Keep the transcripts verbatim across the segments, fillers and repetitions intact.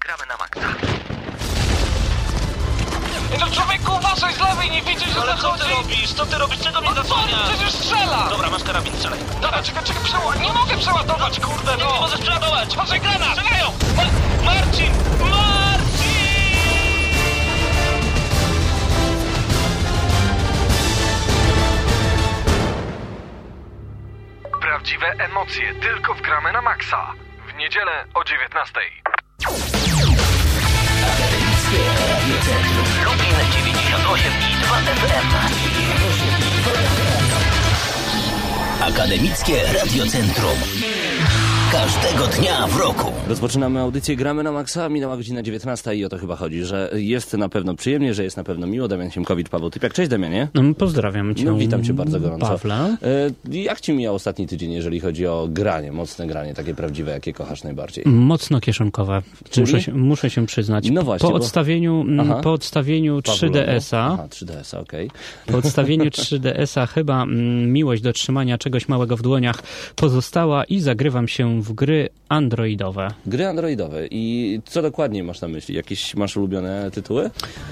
gramy na maksa. No człowieku, uważaj z lewej, nie widzisz, że ale co zachodzi? ty robisz? Co ty robisz? Czego mnie No co, zasłaniasz? przecież strzela! Dobra, masz karabin, strzelaj. Dobra, czekaj, czekaj, przeładować. Nie mogę przeładować, kurde, Nie, no! nie możesz przeładować! Uważaj, granat! Strzelają! Ma- Marcin! Marcin! Prawdziwe emocje tylko w Gramy na Maxa. W niedzielę o dziewiętnastej. Lublin dziewięćdziesiąt osiem i dwa F M. Akademickie Radiocentrum. Każdego dnia w roku. Rozpoczynamy audycję Gramy na Maxa, minęła godzina dziewiętnasta i o to chyba chodzi, że jest na pewno przyjemnie, że jest na pewno miło. Damian Siemkowicz, Paweł Typiak. Cześć Damianie. No, pozdrawiam cię. No, witam cię bardzo gorąco. Pawle. E, jak ci mijał ostatni tydzień, jeżeli chodzi o granie, mocne granie, takie prawdziwe, jakie kochasz najbardziej? Mocno kieszonkowe. Muszę się, muszę się przyznać. No właśnie, po bo... odstawieniu, Aha. po odstawieniu trzy D S a. Aha, trzy D S a, okej. Okay. Po odstawieniu trzy D S a chyba mm, miłość do trzymania czegoś małego w dłoniach pozostała i zagrywam się w gry androidowe. Gry androidowe. I co dokładnie masz na myśli? Jakieś masz ulubione tytuły?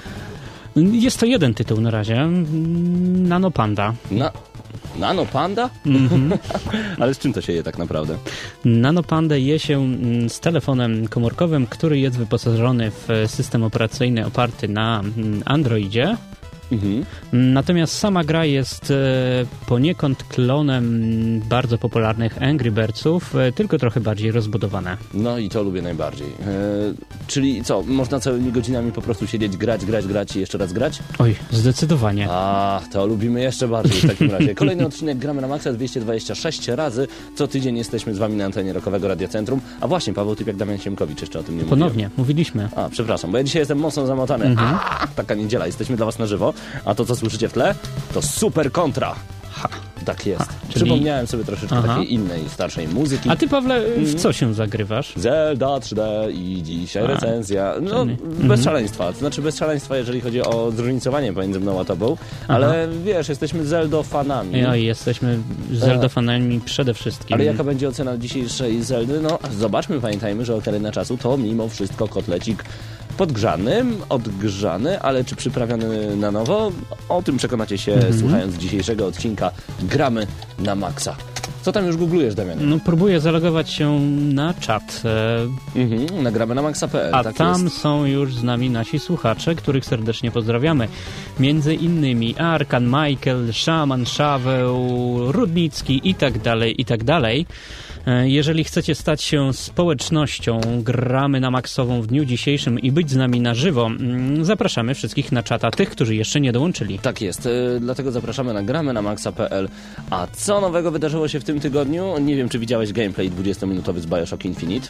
Jest to jeden tytuł na razie. Nano Panda. Na... Nano Panda? Mm-hmm. Ale z czym to się je tak naprawdę? Nano Panda je się z telefonem komórkowym, który jest wyposażony w system operacyjny oparty na Androidzie. Mhm. Natomiast sama gra jest e, poniekąd klonem bardzo popularnych Angry Birdsów, e, tylko trochę bardziej rozbudowane. No i to lubię najbardziej. E, czyli co, można całymi godzinami po prostu siedzieć, grać, grać, grać i jeszcze raz grać? Oj, zdecydowanie. A, to lubimy jeszcze bardziej w takim razie. Kolejny odcinek Gramy na Maxa, dwieście dwadzieścia sześć razy. Co tydzień jesteśmy z wami na antenie Rockowego Radiocentrum. A właśnie, Paweł Typiak, Damian Siemkowicz, jeszcze o tym nie mówiłem. Ponownie, mówiliśmy. A, przepraszam, bo ja dzisiaj jestem mocno zamotany. Mhm. A, taka niedziela, jesteśmy dla was na żywo. A to, co słyszycie w tle, to Super Kontra. Ha, tak jest. Ha, czyli... Przypomniałem sobie troszeczkę Aha. takiej innej, starszej muzyki. A ty, Pawle, w co się zagrywasz? Zelda trzy D i dzisiaj A, recenzja. No, czyli... bez mhm. szaleństwa. To znaczy bez szaleństwa, jeżeli chodzi o zróżnicowanie pomiędzy mną a tobą. Aha. Ale wiesz, jesteśmy Zeldo-fanami. No i jesteśmy Zeldo-fanami przede wszystkim. Ale jaka będzie ocena dzisiejszej Zeldy? No, zobaczmy, pamiętajmy, że Ocarina Czasu to mimo wszystko kotlecik podgrzany, odgrzany, ale czy przyprawiony na nowo? O tym przekonacie się mm-hmm. słuchając dzisiejszego odcinka Gramy na Maxa. Co tam już googlujesz, Damianie? No, próbuję zalogować się na czat. Mhm, na gramy na maxa kropka p l. A tak tam jest. są już z nami nasi słuchacze, których serdecznie pozdrawiamy. Między innymi Arkan, Michael, Szaman, Szaweł, Rudnicki i tak dalej, i tak dalej. Jeżeli chcecie stać się społecznością Gramy na Maxową w dniu dzisiejszym i być z nami na żywo, zapraszamy wszystkich na czata, tych, którzy jeszcze nie dołączyli. Tak jest, dlatego zapraszamy na gramy na maxa kropka p l. A co nowego wydarzyło się w tym tygodniu? Nie wiem, czy widziałeś gameplay dwudziestominutowy z Bioshock Infinite?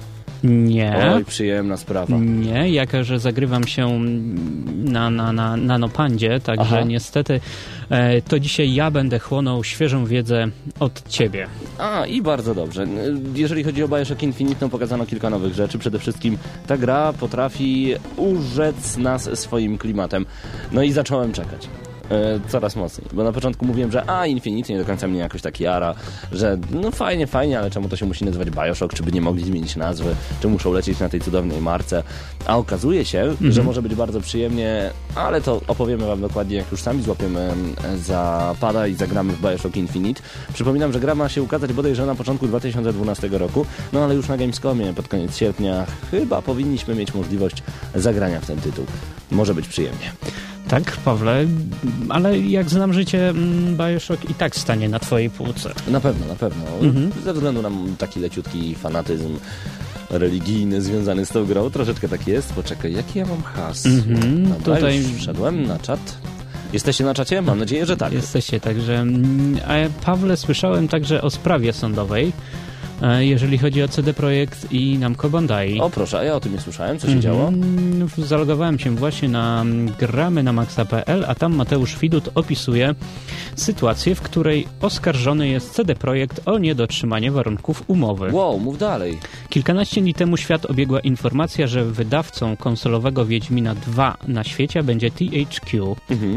Nie. Oj, przyjemna sprawa. Nie, jako że zagrywam się na, na, na Nanopandzie, także Aha. niestety e, to dzisiaj ja będę chłonął świeżą wiedzę od ciebie. A, i bardzo dobrze. Jeżeli chodzi o Bioshock Infinite, no pokazano kilka nowych rzeczy. Przede wszystkim ta gra potrafi urzec nas swoim klimatem. No i zacząłem czekać. Coraz mocniej, bo na początku mówiłem, że a, Infinity nie do końca mnie jakoś tak jara, że no fajnie, fajnie, ale czemu to się musi nazywać Bioshock, czy by nie mogli zmienić nazwy, czy muszą lecieć na tej cudownej marce, a okazuje się, mm-hmm. że może być bardzo przyjemnie, ale to opowiemy wam dokładnie, jak już sami złapiemy za pada i zagramy w Bioshock Infinite. Przypominam, że gra ma się ukazać bodajże na początku dwa tysiące dwunastego roku, no ale już na Gamescomie pod koniec sierpnia chyba powinniśmy mieć możliwość zagrania w ten tytuł. Może być przyjemnie. Tak, Pawle, ale jak znam życie, Bioshock i tak stanie na twojej półce. Na pewno, na pewno. Mhm. Ze względu na taki leciutki fanatyzm religijny związany z tą grą. Troszeczkę tak jest. Poczekaj, jaki ja mam hasło? Mhm, Dobra, tutaj już wszedłem na czat. Jesteście na czacie? Mam nadzieję, że tak. Jesteście, także... A Pawle, słyszałem także o sprawie sądowej, jeżeli chodzi o C D Projekt i Namco Bandai. O proszę, a ja o tym nie słyszałem. Co się mm-hmm. działo? Zalogowałem się właśnie na gramy na maxa kropka p l, a tam Mateusz Widut opisuje sytuację, w której oskarżony jest C D Projekt o niedotrzymanie warunków umowy. Wow, mów dalej. Kilkanaście dni temu świat obiegła informacja, że wydawcą konsolowego Wiedźmina dwa na świecie będzie T H Q. Mhm.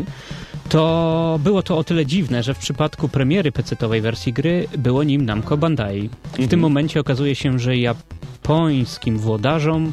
To było to o tyle dziwne, że w przypadku premiery pecetowej wersji gry było nim Namco Bandai. W mhm. tym momencie okazuje się, że japońskim włodarzom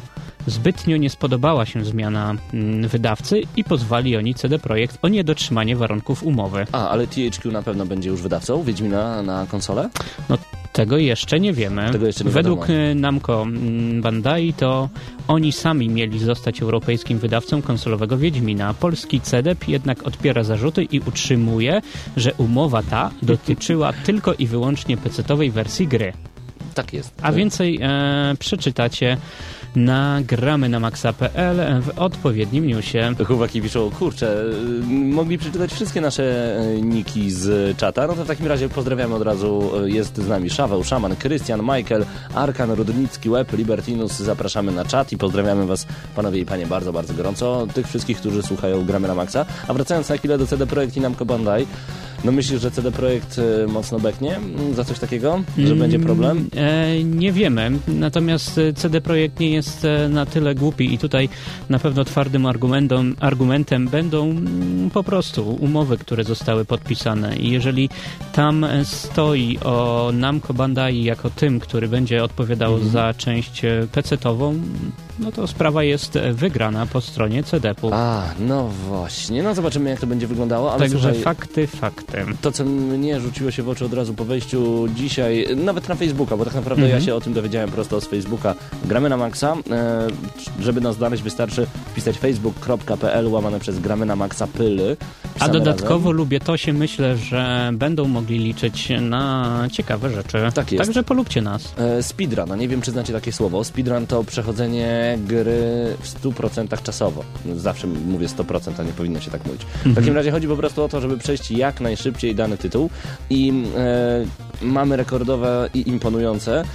zbytnio nie spodobała się zmiana mm, wydawcy i pozwali oni C D Projekt o niedotrzymanie warunków umowy. A, ale T H Q na pewno będzie już wydawcą Wiedźmina na konsolę? No tego jeszcze nie wiemy. Tego jeszcze nie Według wiadomo. Namco mm, Bandai to oni sami mieli zostać europejskim wydawcą konsolowego Wiedźmina. Polski C D P jednak odpiera zarzuty i utrzymuje, że umowa ta dotyczyła tylko i wyłącznie pecetowej wersji gry. Tak jest. A więcej e, przeczytacie na gramy na maxa kropka p l w odpowiednim newsie. Chłopaki piszą, kurczę, mogli przeczytać wszystkie nasze niki z czata. No to w takim razie pozdrawiamy od razu. Jest z nami Szaweł, Szaman, Krystian, Michael, Arkan, Rudnicki, Web, Libertinus. Zapraszamy na czat i pozdrawiamy was, panowie i panie, bardzo, bardzo gorąco. Tych wszystkich, którzy słuchają Gramy na Maxa. A wracając na chwilę do C D Projekt i Namco Bandai, no myślisz, że C D Projekt mocno beknie za coś takiego? Że mm, będzie problem? E, nie wiemy. Natomiast C D Projekt nie jest na tyle głupi i tutaj na pewno twardym argumentem, argumentem będą mm, po prostu umowy, które zostały podpisane. I jeżeli tam stoi o Namco Bandai jako tym, który będzie odpowiadał mm. za część pecetową, no to sprawa jest wygrana po stronie C D P-u. A, no właśnie. No zobaczymy, jak to będzie wyglądało. Ale Także słuchaj, fakty, fakty. To, co mnie rzuciło się w oczy od razu po wejściu dzisiaj, nawet na Facebooka, bo tak naprawdę mhm. ja się o tym dowiedziałem prosto z Facebooka. Gramy na Maxa. E, żeby nas znaleźć, wystarczy wpisać facebook kropka p l łamane przez Gramy na Maxa pyly. A dodatkowo razem. lubię to się, myślę, że będą mogli liczyć na ciekawe rzeczy. Tak jest. Także polubcie nas. E, speedrun, no nie wiem, czy znacie takie słowo. Speedrun to przechodzenie gry w stu procentach czasowo. Zawsze mówię sto procent, a nie powinno się tak mówić. Mhm. W takim razie chodzi po prostu o to, żeby przejść jak najszybciej dany tytuł i e, mamy rekordowe i imponujące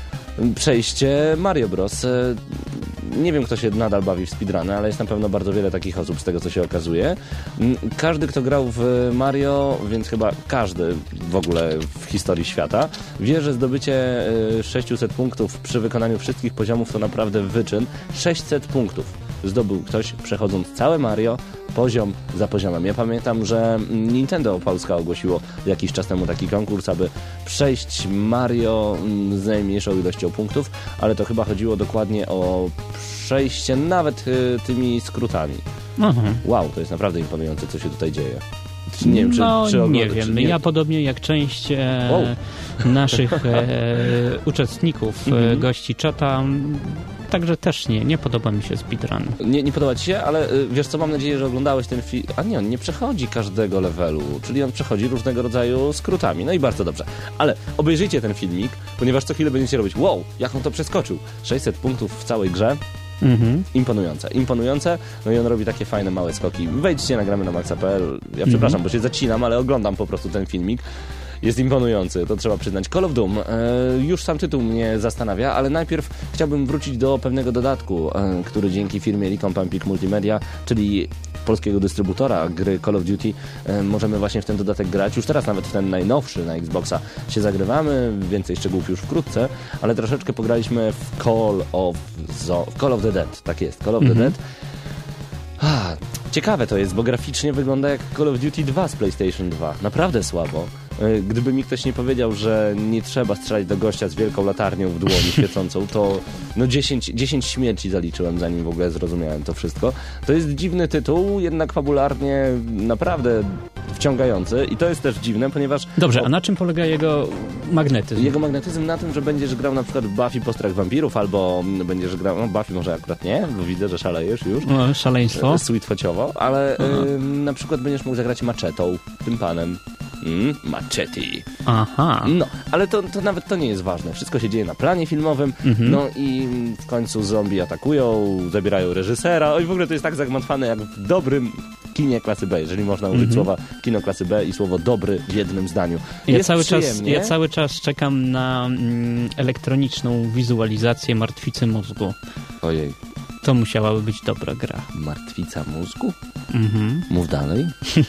przejście Mario Bros. E, nie wiem, kto się nadal bawi w speedruny, ale jest na pewno bardzo wiele takich osób, z tego co się okazuje. Każdy, kto grał w Mario, więc chyba każdy w ogóle w historii świata, wie, że zdobycie sześćset punktów przy wykonaniu wszystkich poziomów to naprawdę wyczyn. sześćset punktów zdobył ktoś, przechodząc całe Mario poziom za poziomem. Ja pamiętam, że Nintendo Polska ogłosiło jakiś czas temu taki konkurs, aby przejść Mario z najmniejszą ilością punktów, ale to chyba chodziło dokładnie o przejście nawet y, tymi skrótami. Aha. Wow, to jest naprawdę imponujące, co się tutaj dzieje. Nie wiem, czy, no, czy ogląda, nie wiem. czy nie. Ja podobnie jak część e, wow. naszych e, uczestników, mhm. e, gości czata, także też nie, nie podoba mi się speedrun. Nie, nie podoba ci się, ale y, wiesz co, mam nadzieję, że oglądałeś ten film. A nie, on nie przechodzi każdego levelu, czyli on przechodzi różnego rodzaju skrótami. No i bardzo dobrze. Ale obejrzyjcie ten filmik, ponieważ co chwilę będziecie robić, wow, jak on to przeskoczył. sześćset punktów w całej grze. Mhm. Imponujące, imponujące. No i on robi takie fajne, małe skoki. Wejdźcie na gramy na maxa kropka p l. Ja przepraszam, mhm. bo się zacinam, ale oglądam po prostu ten filmik. Jest imponujący, to trzeba przyznać. Call of Doom. E, już sam tytuł mnie zastanawia, ale najpierw chciałbym wrócić do pewnego dodatku, e, który dzięki firmie Recomp Empik Multimedia, czyli polskiego dystrybutora gry Call of Duty, e, możemy właśnie w ten dodatek grać. Już teraz nawet w ten najnowszy na Xboxa się zagrywamy. Więcej szczegółów już wkrótce, ale troszeczkę pograliśmy w Call of, Zo- Call of the Dead. Tak jest, Call of the mhm. Dead. Ah, ciekawe to jest, bo graficznie wygląda jak Call of Duty dwa z PlayStation dwa. Naprawdę słabo. Gdyby mi ktoś nie powiedział, że nie trzeba strzelać do gościa z wielką latarnią w dłoni świecącą, to no dziesięć, dziesięć śmierci zaliczyłem, zanim w ogóle zrozumiałem to wszystko. To jest dziwny tytuł, jednak fabularnie naprawdę wciągający i to jest też dziwne, ponieważ... Dobrze, a na czym polega jego magnetyzm? Jego magnetyzm na tym, że będziesz grał na przykład w Buffy Postrach Wampirów, albo będziesz grał... No Buffy może akurat nie, bo widzę, że szalejesz już. O, szaleństwo. Sweetfociowo, ale y, na przykład będziesz mógł zagrać maczetą, tym panem. Mm, machete. Aha. No, ale to, to nawet to nie jest ważne. Wszystko się dzieje na planie filmowym, mhm. no i w końcu zombie atakują, zabierają reżysera. Oj, w ogóle to jest tak zagmatwane jak w dobrym kinie klasy B, jeżeli można użyć mhm. słowa kino klasy B i słowo dobry w jednym zdaniu. Ja jest cały, czas, przyjemnie. ja cały czas czekam na mm, elektroniczną wizualizację martwicy mózgu. Ojej. To musiałaby być dobra gra. Martwica mózgu? Mhm. Mów dalej.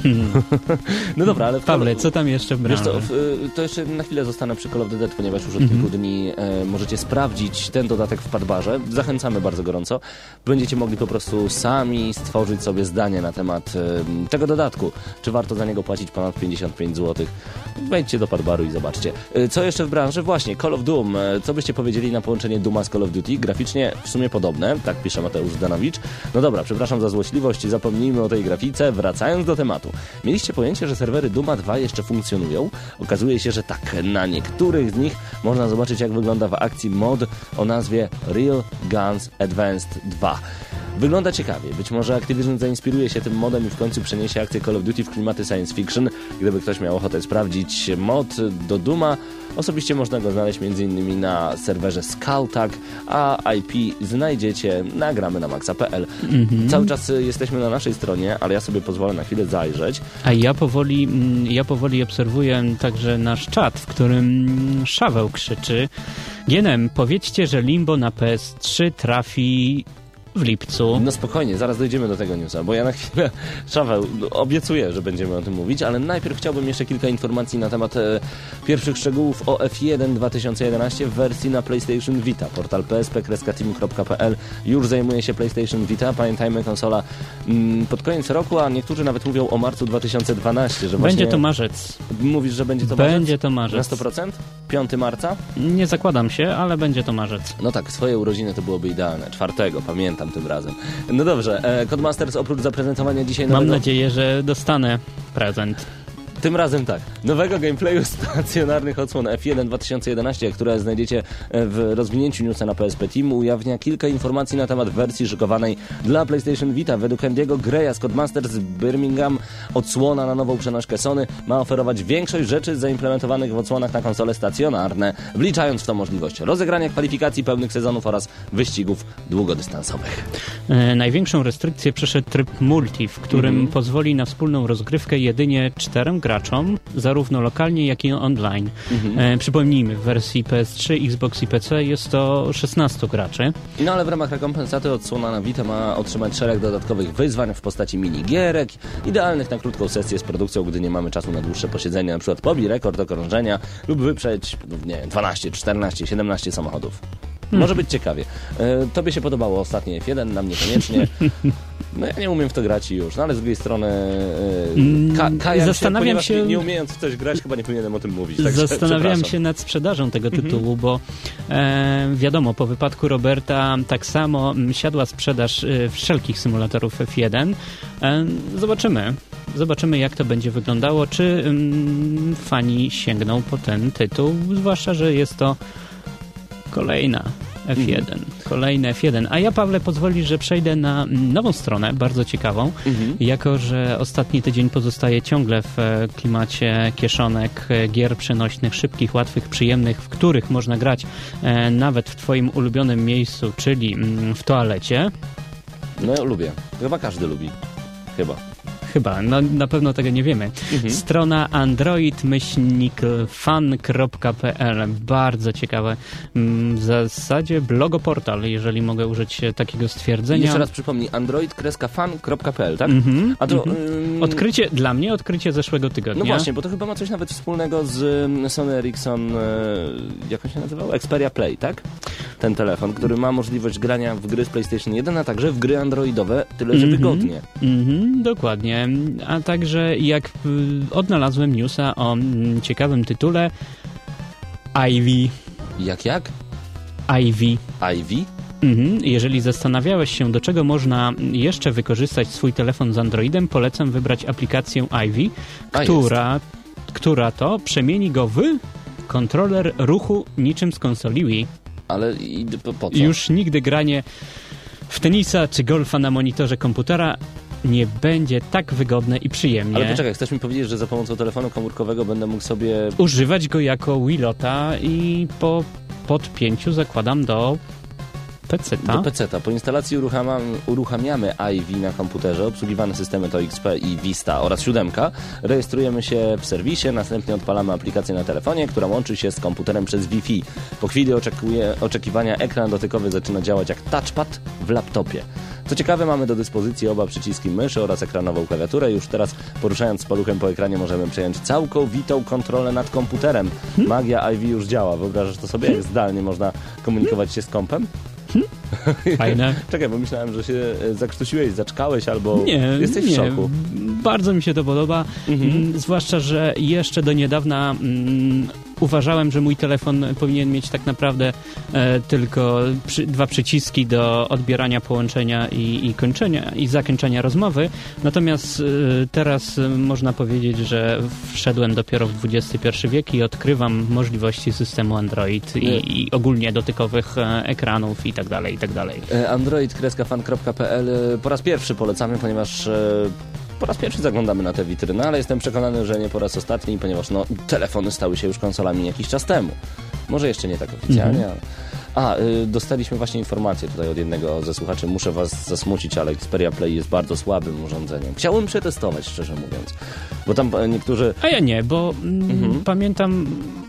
No dobra, ale... W Pawle, co tam jeszcze w Wiesz branży? to, w, to jeszcze na chwilę zostanę przy Call of the Dead, ponieważ już od Mhm. kilku dni e, możecie sprawdzić ten dodatek w Padbarze. Zachęcamy bardzo gorąco. Będziecie mogli po prostu sami stworzyć sobie zdanie na temat e, tego dodatku. Czy warto za niego płacić ponad pięćdziesiąt pięć złotych? Wejdźcie do Padbaru i zobaczcie. E, co jeszcze w branży? Właśnie, Call of Doom. E, co byście powiedzieli na połączenie Duma z Call of Duty? Graficznie w sumie podobne, tak pisze Mateusz Zdanowicz. No dobra, przepraszam za złośliwość, zapomnijmy o tej grafice. Wracając do tematu. Mieliście pojęcie, że serwery Duma dwa jeszcze funkcjonują? Okazuje się, że tak. Na niektórych z nich można zobaczyć, jak wygląda w akcji mod o nazwie Real Guns Advanced dwa. Wygląda ciekawie. Być może Activision zainspiruje się tym modem i w końcu przeniesie akcję Call of Duty w klimaty science fiction. Gdyby ktoś miał ochotę sprawdzić mod do Duma, osobiście można go znaleźć m.in. na serwerze Skulltag, a I P znajdziecie na gramy na maxa kropka p l. Mm-hmm. Cały czas jesteśmy na naszej stronie, ale ja sobie pozwolę na chwilę zajrzeć. A ja powoli, ja powoli obserwuję także nasz czat, w którym Szaweł krzyczy: G N M, powiedzcie, że Limbo na P S trzy trafi w lipcu. No spokojnie, zaraz dojdziemy do tego newsa, bo ja na chwilę, Szaweł, obiecuję, że będziemy o tym mówić, ale najpierw chciałbym jeszcze kilka informacji na temat e, pierwszych szczegółów o F jeden dwa tysiące jedenaście w wersji na PlayStation Vita. Portal p s p kropka team kropka p l już zajmuje się PlayStation Vita. Pamiętajmy, konsola mm, pod koniec roku, a niektórzy nawet mówią o marcu dwa tysiące dwunastym, że właśnie... Będzie to marzec. Mówisz, że będzie to marzec? Będzie to marzec. Na sto procent? piątego marca? Nie zakładam się, ale będzie to marzec. No tak, swoje urodziny to byłoby idealne. Czwartego, pamiętam tym razem. No dobrze, e, Codemasters oprócz zaprezentowania dzisiaj nowego... Mam nadzieję, że dostanę prezent. Tym razem tak. Nowego gameplayu stacjonarnych odsłon F jeden dwa tysiące jedenaście, które znajdziecie w rozwinięciu newsa na P S P Team, ujawnia kilka informacji na temat wersji szykowanej dla PlayStation Vita. Według Andy'ego Greya z Codemasters z Birmingham odsłona na nową przenośkę Sony ma oferować większość rzeczy zaimplementowanych w odsłonach na konsole stacjonarne, wliczając w to możliwość rozegrania kwalifikacji pełnych sezonów oraz wyścigów długodystansowych. E, największą restrykcję przeszedł tryb multi, w którym mm-hmm. pozwoli na wspólną rozgrywkę jedynie czterem graczom, zarówno lokalnie, jak i online. Mhm. E, przypomnijmy, w wersji P S trzy, Xbox i P C jest to szesnastu graczy. No ale w ramach rekompensaty odsłona na Vita ma otrzymać szereg dodatkowych wyzwań w postaci minigierek, idealnych na krótką sesję z produkcją, gdy nie mamy czasu na dłuższe posiedzenie, na przykład pobij rekord okrążenia lub wyprzedź, nie wiem, dwanaście, czternaście, siedemnaście samochodów. Może być ciekawie. E, tobie się podobało ostatnie F jeden, nam niekoniecznie. No ja nie umiem w to grać i już, no ale z drugiej strony e, ka- kajam Zastanawiam się, ponieważ się... nie umiejąc w coś grać, chyba nie powinienem o tym mówić. Zastanawiam się nad sprzedażą tego tytułu, bo e, wiadomo, po wypadku Roberta tak samo m, siadła sprzedaż e, wszelkich symulatorów F jeden. E, zobaczymy. Zobaczymy, jak to będzie wyglądało, czy m, fani sięgną po ten tytuł, zwłaszcza, że jest to kolejna F jeden. Kolejny F jeden. A ja, Pawle, pozwolisz, że przejdę na nową stronę, bardzo ciekawą, mhm. jako że ostatni tydzień pozostaje ciągle w klimacie kieszonek, gier przenośnych, szybkich, łatwych, przyjemnych, w których można grać e, nawet w twoim ulubionym miejscu, czyli mm, w toalecie. No ja lubię. Chyba każdy lubi. Chyba. Chyba, no na pewno tego nie wiemy. Mhm. Strona android myślnik fan kropka p l. Bardzo ciekawe. W zasadzie blogoportal, jeżeli mogę użyć takiego stwierdzenia. Jeszcze raz przypomnij, android fan kropka p l, tak? Mhm. A to, mhm. Ym... Odkrycie, dla mnie odkrycie zeszłego tygodnia. No właśnie, bo to chyba ma coś nawet wspólnego z Sony Ericsson, jak on się nazywał? Xperia Play, tak? Ten telefon, który ma możliwość grania w gry z PlayStation jeden, a także w gry androidowe, tyle że mhm. wygodnie. Mhm, dokładnie. A także jak odnalazłem newsa o m, ciekawym tytule Ivy. Jak, jak? Ivy. Ivy? Mhm. Jeżeli zastanawiałeś się, do czego można jeszcze wykorzystać swój telefon z Androidem, polecam wybrać aplikację Ivy, która, która to przemieni go w kontroler ruchu niczym z konsoli Wii. Ale i po, po co? Już nigdy granie w tenisa czy golfa na monitorze komputera nie będzie tak wygodne i przyjemnie. Ale poczekaj, chcesz mi powiedzieć, że za pomocą telefonu komórkowego będę mógł sobie... używać go jako Wilota i po podpięciu zakładam do peceta. Do peceta. Po instalacji uruchamiam, uruchamiamy I V na komputerze, obsługiwane systemy to X P i Vista oraz siódemka. Rejestrujemy się w serwisie, następnie odpalamy aplikację na telefonie, która łączy się z komputerem przez Wi-Fi. Po chwili oczekuje, oczekiwania ekran dotykowy zaczyna działać jak touchpad w laptopie. Co ciekawe, mamy do dyspozycji oba przyciski myszy oraz ekranową klawiaturę. Już teraz, poruszając paluchem po ekranie, możemy przejąć całkowitą kontrolę nad komputerem. Magia I V już działa. Wyobrażasz to sobie, jak zdalnie można komunikować się z kompem? Fajne. Czekaj, bo myślałem, że się zakrztusiłeś, zaczkałeś albo nie, jesteś nie. w szoku. Bardzo mi się to podoba, Mhm. mm, zwłaszcza, że jeszcze do niedawna mm, uważałem, że mój telefon powinien mieć tak naprawdę e, tylko przy, dwa przyciski do odbierania połączenia i, i kończenia i zakończenia rozmowy. Natomiast e, teraz e, można powiedzieć, że wszedłem dopiero w dwudziesty pierwszy wiek i odkrywam możliwości systemu Android i, i ogólnie dotykowych e, ekranów i tak dalej, i tak dalej. android kropka fan kropka p l po raz pierwszy polecamy, ponieważ e, po raz pierwszy zaglądamy na tę witrynę, ale jestem przekonany, że nie po raz ostatni, ponieważ no, telefony stały się już konsolami jakiś czas temu. Może jeszcze nie tak oficjalnie, ale... A, y, dostaliśmy właśnie informację tutaj od jednego ze słuchaczy. Muszę was zasmucić, ale Xperia Play jest bardzo słabym urządzeniem. Chciałbym przetestować, szczerze mówiąc. Bo tam e, niektórzy... A ja nie, bo mm, Mhm. pamiętam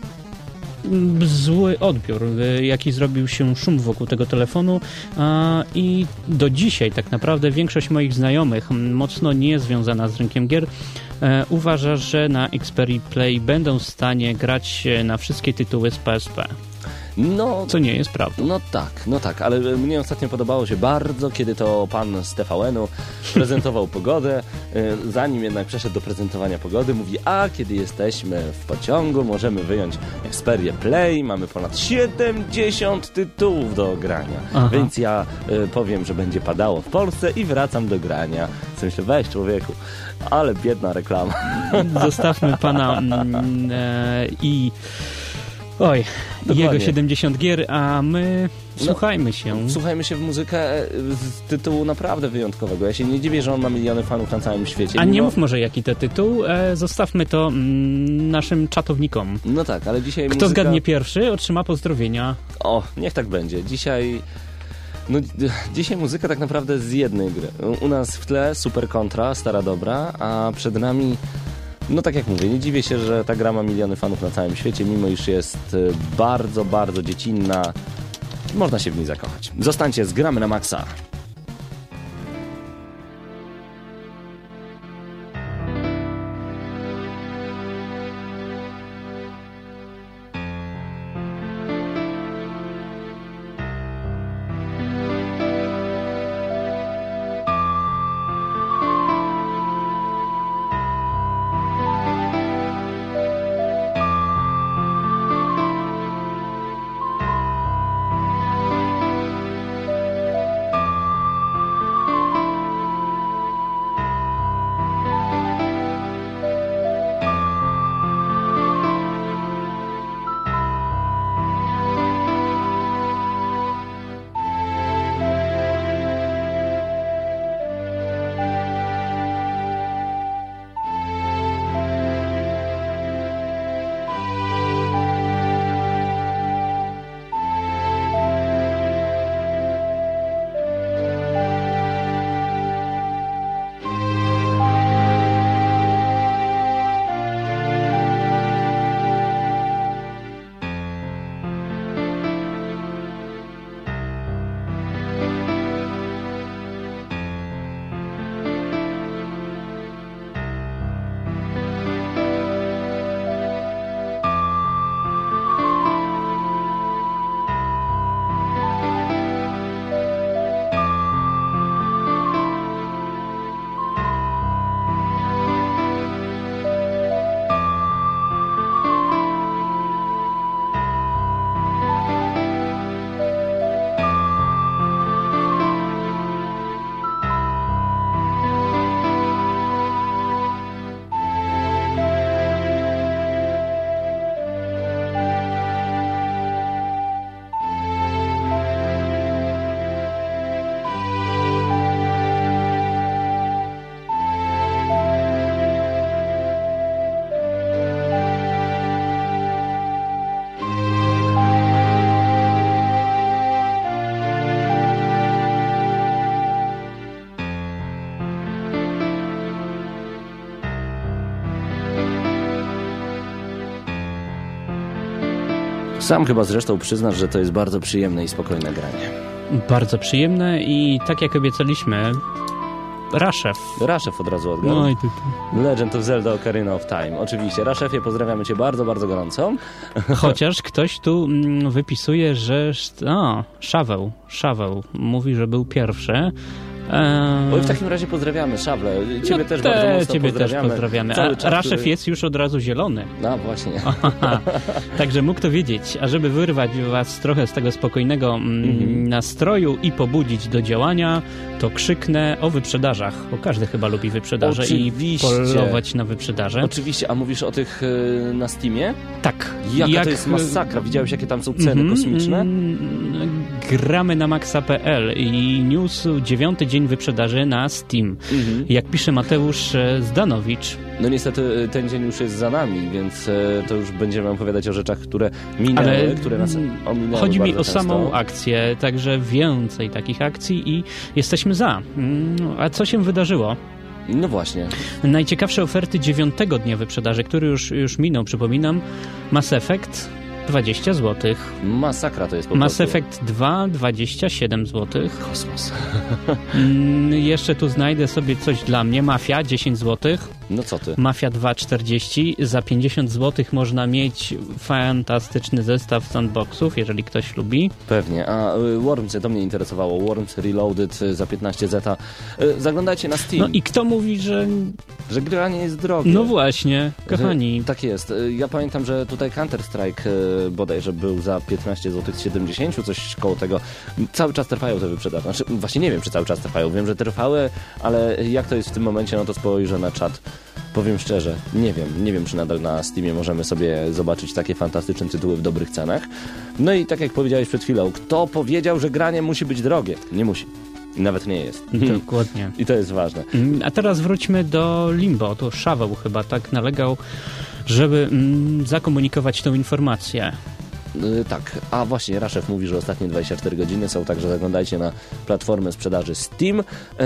mm, zły odbiór, y, jaki zrobił się szum wokół tego telefonu a, i do dzisiaj tak naprawdę większość moich znajomych, m, mocno nie związana z rynkiem gier, e, uważa, że na Xperia Play będą w stanie grać e, na wszystkie tytuły z P S P. No, Co nie jest prawdą. No tak, no tak, ale mnie ostatnio podobało się bardzo, kiedy to pan z T V N-u prezentował pogodę. Y, Zanim jednak przeszedł do prezentowania pogody, mówi, a kiedy jesteśmy w pociągu, możemy wyjąć Xperia Play, mamy ponad siedemdziesiąt tytułów do grania. Aha. Więc ja y, powiem, że będzie padało w Polsce i wracam do grania. Co myślę, weź człowieku, ale biedna reklama. Zostawmy pana mm, e, i oj, Dokładnie. jego siedemdziesiąt gier, a my słuchajmy się. Słuchajmy się w muzykę z tytułu naprawdę wyjątkowego. Ja się nie dziwię, że on ma miliony fanów na całym świecie. A nie Mimo- mów może jaki to tytuł, e, zostawmy to mm, naszym czatownikom. No tak, ale dzisiaj Kto muzyka... zgadnie pierwszy, otrzyma pozdrowienia. O, niech tak będzie. Dzisiaj... No, d- dzisiaj muzyka tak naprawdę z jednej gry. U- U nas w tle Super Contra, stara dobra, a przed nami... No tak jak mówię, nie dziwię się, że ta gra ma miliony fanów na całym świecie, mimo iż jest y, bardzo, bardzo dziecinna. Można się w niej zakochać. Zostańcie z Gramy na Maxa. Sam chyba zresztą przyznasz, że to jest bardzo przyjemne i spokojne granie. Bardzo przyjemne i tak jak obiecaliśmy, Raszef. Raszef od razu odgadł. No i ty... Legend of Zelda Ocarina of Time. Oczywiście. Raszefie, pozdrawiamy cię bardzo, bardzo gorąco. Chociaż ktoś tu mm, wypisuje, że... O, Szaweł. Szaweł. Mówi, że był pierwszy. Eee... Oj, w takim razie pozdrawiamy, Szawle. Ciebie no też te, bardzo mocno ciebie pozdrawiamy. też pozdrawiamy. Cały A czas, Raszef który... jest już od razu zielony. No właśnie. Aha, także mógł to wiedzieć. A żeby wyrwać was trochę z tego spokojnego mm, mm-hmm. nastroju i pobudzić do działania, to krzyknę o wyprzedażach, bo każdy chyba lubi wyprzedaże. Oczywiście. I polować na wyprzedaże. Oczywiście, a mówisz o tych y, na Steamie? Tak. Jaka Jak... to jest masakra? Widziałeś, jakie tam są ceny mm-hmm, kosmiczne? Mm, gramy na maxa kropka p l i news dziewiąty dzień wyprzedaży na Steam. Mm-hmm. Jak pisze Mateusz Zdanowicz. No niestety ten dzień już jest za nami, więc to już będziemy opowiadać o rzeczach, które minęły, Ale które nas ominęły. Chodzi mi o często. samą akcję, także więcej takich akcji i jesteśmy za. A co się wydarzyło? No właśnie. Najciekawsze oferty dziewiątego dnia wyprzedaży, który już, już minął, przypominam, Mass Effect dwadzieścia złotych. Masakra to jest po Mass prostu. Effect dwa dwadzieścia siedem złotych. Kosmos. Mm, jeszcze tu znajdę sobie coś dla mnie. Mafia dziesięć złotych. No co ty? Mafia dwa czterdzieści. Za pięćdziesiąt złotych można mieć fantastyczny zestaw sandboxów, jeżeli ktoś lubi. Pewnie. A y, Worms, to mnie interesowało. Worms Reloaded y, za piętnaście zeta. Y, zaglądajcie na Steam. No i kto mówi, że... Że granie jest drogie. No właśnie, kochani. Że, tak jest. Y, ja pamiętam, że tutaj Counter-Strike y, bodajże był za piętnaście złotych z siedemdziesiąt, coś koło tego. Cały czas trwają te wyprzedaże. Znaczy, właśnie nie wiem, czy cały czas trwają. Wiem, że trwały, ale jak to jest w tym momencie, no to spojrzę na czat. Powiem szczerze, nie wiem. Nie wiem, czy nadal na Steamie możemy sobie zobaczyć takie fantastyczne tytuły w dobrych cenach. No i tak jak powiedziałeś przed chwilą, kto powiedział, że granie musi być drogie? Nie musi. Nawet nie jest. Dokładnie. I to jest ważne. A teraz wróćmy do Limbo. To Szaweł chyba tak nalegał, żeby mm, zakomunikować tą informację. Yy, tak, a właśnie Raszef mówi, że ostatnie dwadzieścia cztery godziny są, także zaglądajcie na platformę sprzedaży Steam.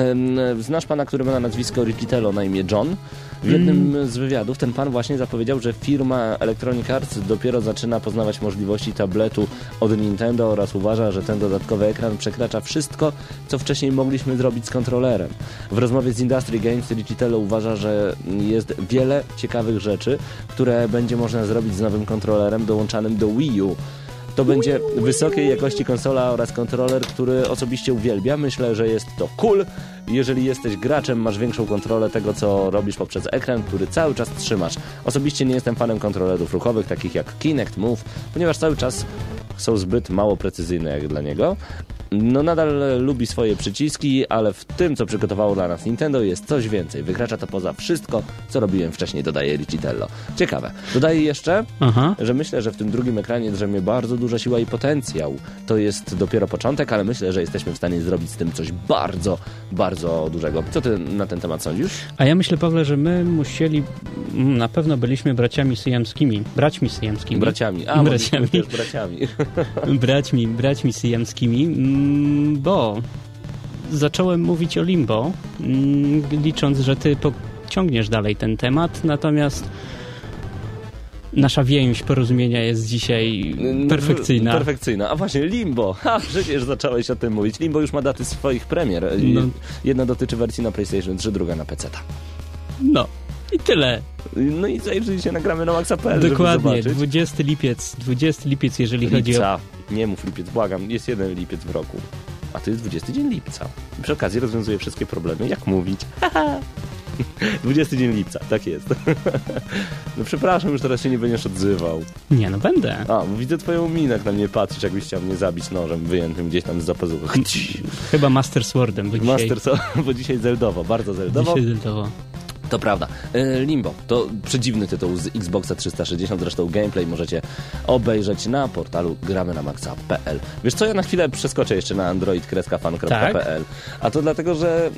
Yy, znasz pana, który ma na nazwisko Riccitello na imię John? W jednym mm. z wywiadów ten pan właśnie zapowiedział, że firma Electronic Arts dopiero zaczyna poznawać możliwości tabletu od Nintendo oraz uważa, że ten dodatkowy ekran przekracza wszystko, co wcześniej mogliśmy zrobić z kontrolerem. W rozmowie z Industry Games Riccitello uważa, że jest wiele ciekawych rzeczy, które będzie można zrobić z nowym kontrolerem dołączanym do Wii U. To będzie wysokiej jakości konsola oraz kontroler, który osobiście uwielbia. Myślę, że jest to cool. Jeżeli jesteś graczem, masz większą kontrolę tego, co robisz poprzez ekran, który cały czas trzymasz. Osobiście nie jestem fanem kontrolerów ruchowych, takich jak Kinect, Move, ponieważ cały czas są zbyt mało precyzyjne jak dla niego. No nadal lubi swoje przyciski, ale w tym, co przygotowało dla nas Nintendo, jest coś więcej. Wykracza to poza wszystko, co robiłem wcześniej, dodaje Riccitello. Ciekawe. Dodaję jeszcze, Aha. że myślę, że w tym drugim ekranie drzemie bardzo duża siła i potencjał. To jest dopiero początek, ale myślę, że jesteśmy w stanie zrobić z tym coś bardzo, bardzo dużego. Co ty na ten temat sądzisz? A ja myślę, Pawle, że my musieli, na pewno byliśmy braciami syjamskimi. Braćmi syjamskimi. Braciami. A, braciami. też braciami. braćmi, braćmi syjamskimi. Bo zacząłem mówić o Limbo, licząc, że ty pociągniesz dalej ten temat, natomiast nasza więź porozumienia jest dzisiaj perfekcyjna. Perfekcyjna. A właśnie, Limbo. Ha, przecież zacząłeś o tym mówić. Limbo już ma daty swoich premier. No. Jedna dotyczy wersji na PlayStation trzy, druga na peceta. No. I tyle. No i zajrzyj się, nagramy na maxa kropka p l. Dokładnie, dwudziesty lipiec, dwudziesty lipiec, jeżeli lipca. chodzi o... Nie mów lipiec, błagam, jest jeden lipiec w roku. A to jest dwudziesty dzień lipca. I przy okazji rozwiązuje wszystkie problemy. Jak mówić? dwudziesty dzień lipca, tak jest. No przepraszam, już teraz się nie będziesz odzywał. Nie, no będę. A, bo widzę twoją minę, jak na mnie patrzysz, jakbyś chciał mnie zabić nożem wyjętym gdzieś tam z zapazuchy. Chyba Master Swordem, bo dzisiaj... Master Sword, bo dzisiaj zeldowo, bardzo zeldowo. Dzisiaj zeldowo. To prawda. Limbo to przedziwny tytuł z Xboxa trzysta sześćdziesiąt, zresztą gameplay możecie obejrzeć na portalu gramy na maxa kropka p l. Wiesz co, ja na chwilę przeskoczę jeszcze na android kropka fan kropka p l. Tak? A to dlatego, że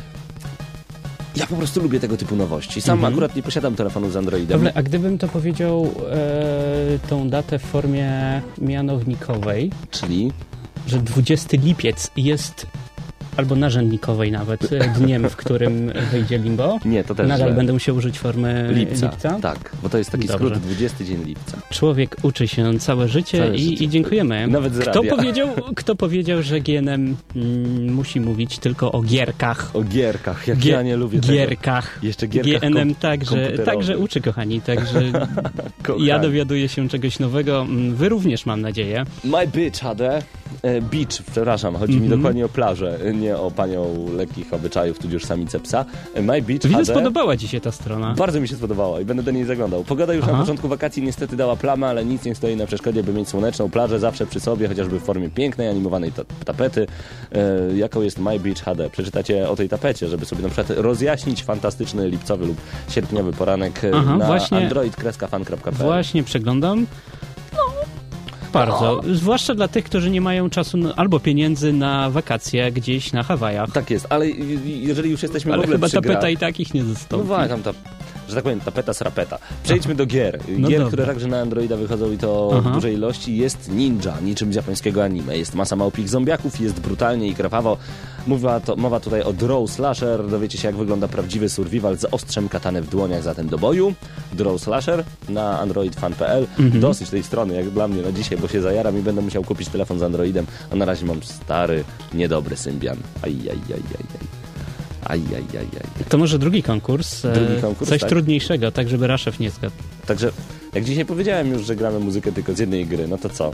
ja po prostu lubię tego typu nowości. Sam mhm. akurat nie posiadam telefonu z Androidem. Dobra, a gdybym to powiedział e, tą datę w formie mianownikowej, czyli? Że dwudziesty lipiec jest albo narzędnikowej nawet, e, dniem, w którym wyjdzie Limbo. Nie, to też Nadal źle. będę musiał użyć formy Lipca. lipca. Tak, bo to jest taki Dobrze. skrót, dwudziesty dzień lipca. Człowiek uczy się całe życie, Całe i, życie. i dziękujemy. Nawet z kto, radia. powiedział, kto powiedział, że G N M mm, musi mówić tylko o gierkach? O gierkach, jak Gie- ja nie lubię gierkach. tego. Jeszcze gierkach G N M kom- także, komputerowych. także uczy, kochani, także Kochani. ja dowiaduję się czegoś nowego. Wy również, mam nadzieję. My Bitch H D. E, Beach, przepraszam, chodzi mi Mhm. dokładnie o plażę, nie o panią lekkich obyczajów, tudzież samice psa. E, My Beach Widzę, H D. spodobała ci się ta strona. Bardzo mi się spodobała i będę do niej zaglądał. Pogoda już Aha. na początku wakacji niestety dała plamę, ale nic nie stoi na przeszkodzie, by mieć słoneczną plażę zawsze przy sobie, chociażby w formie pięknej, animowanej ta tapety, e, jaką jest My Beach H D. Przeczytacie o tej tapecie, żeby sobie na przykład rozjaśnić fantastyczny lipcowy lub sierpniowy poranek e, Aha, na właśnie- android kropka fan kropka p l. Właśnie przeglądam. No, bardzo. Zwłaszcza dla tych, którzy nie mają czasu na, albo pieniędzy na wakacje gdzieś na Hawajach. Tak jest, ale i- i- jeżeli już jesteśmy Ale w ogóle chyba przy grach, tapeta i takich nie no zastąpi. właśnie, tam ta, że tak powiem, tapeta srapeta. Przejdźmy do gier. No gier, dobra. które także na Androida wychodzą i to Aha. w dużej ilości. Jest ninja, niczym z japońskiego anime. Jest masa małpich zombiaków, jest brutalnie i krwawo. Mowa, to, mowa tutaj o Draw Slasher. Dowiecie się, jak wygląda prawdziwy survival z ostrzem katany w dłoniach zatem do boju. Draw Slasher na android fan kropka p l. Mhm. Dosyć tej strony, jak dla mnie na dzisiaj, bo się zajaram i będę musiał kupić telefon z Androidem, a na razie mam stary, niedobry Symbian. Aj, aj, aj, aj, aj. Aj, aj, aj, aj. To może drugi konkurs. e, Drugi konkurs, Coś tak? trudniejszego, tak żeby Raszew nie zgadł. Także, jak dzisiaj powiedziałem już, że gramy muzykę tylko z jednej gry, no to co?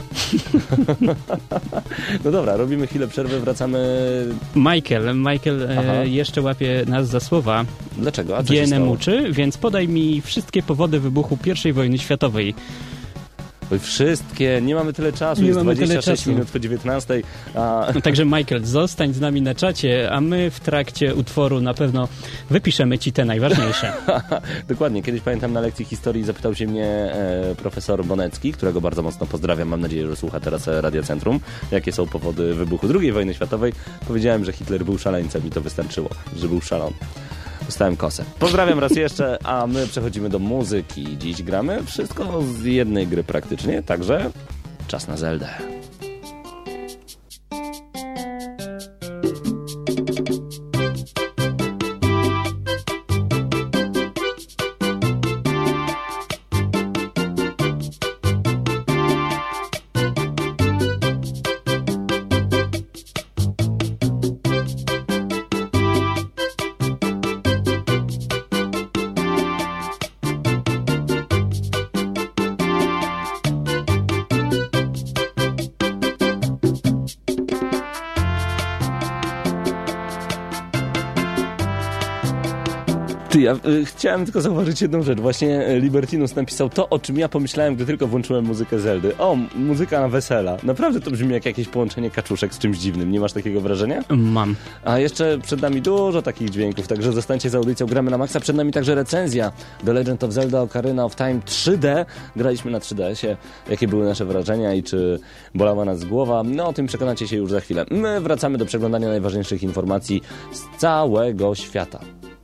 No dobra, robimy chwilę przerwy, wracamy... Michael, Michael Aha. e, jeszcze łapie nas za słowa. Dlaczego? A co G się N M stało? uczy, więc podaj mi wszystkie powody wybuchu pierwszej wojny światowej. Oj, wszystkie, nie mamy tyle czasu, Nie jest mamy tyle dwadzieścia sześć czasu. minut po dziewiętnastej, a... No, także Michael, zostań z nami na czacie, a my w trakcie utworu na pewno wypiszemy ci te najważniejsze. Dokładnie, kiedyś pamiętam na lekcji historii zapytał się mnie e, profesor Bonecki, którego bardzo mocno pozdrawiam, mam nadzieję, że słucha teraz e, Radia Centrum, jakie są powody wybuchu drugiej wojny światowej. Powiedziałem, że Hitler był szaleńcem i to wystarczyło, że był szalony. Dostałem kosę. Pozdrawiam raz jeszcze, a my przechodzimy do muzyki. Dziś gramy wszystko z jednej gry praktycznie, także czas na Zeldę. Ty, ja y, chciałem tylko zauważyć jedną rzecz. Właśnie y, Libertinus napisał to, o czym ja pomyślałem, gdy tylko włączyłem muzykę Zeldy. O, m- muzyka na wesela. Naprawdę to brzmi jak jakieś połączenie kaczuszek z czymś dziwnym. Nie masz takiego wrażenia? Mam. A jeszcze przed nami dużo takich dźwięków, także zostańcie z audycją Gramy na Maxa. Przed nami także recenzja The Legend of Zelda Ocarina of Time trzy D. Graliśmy na trzy D sie. Jakie były nasze wrażenia i czy bolała nas głowa? No, o tym przekonacie się już za chwilę. My wracamy do przeglądania najważniejszych informacji z całego świata.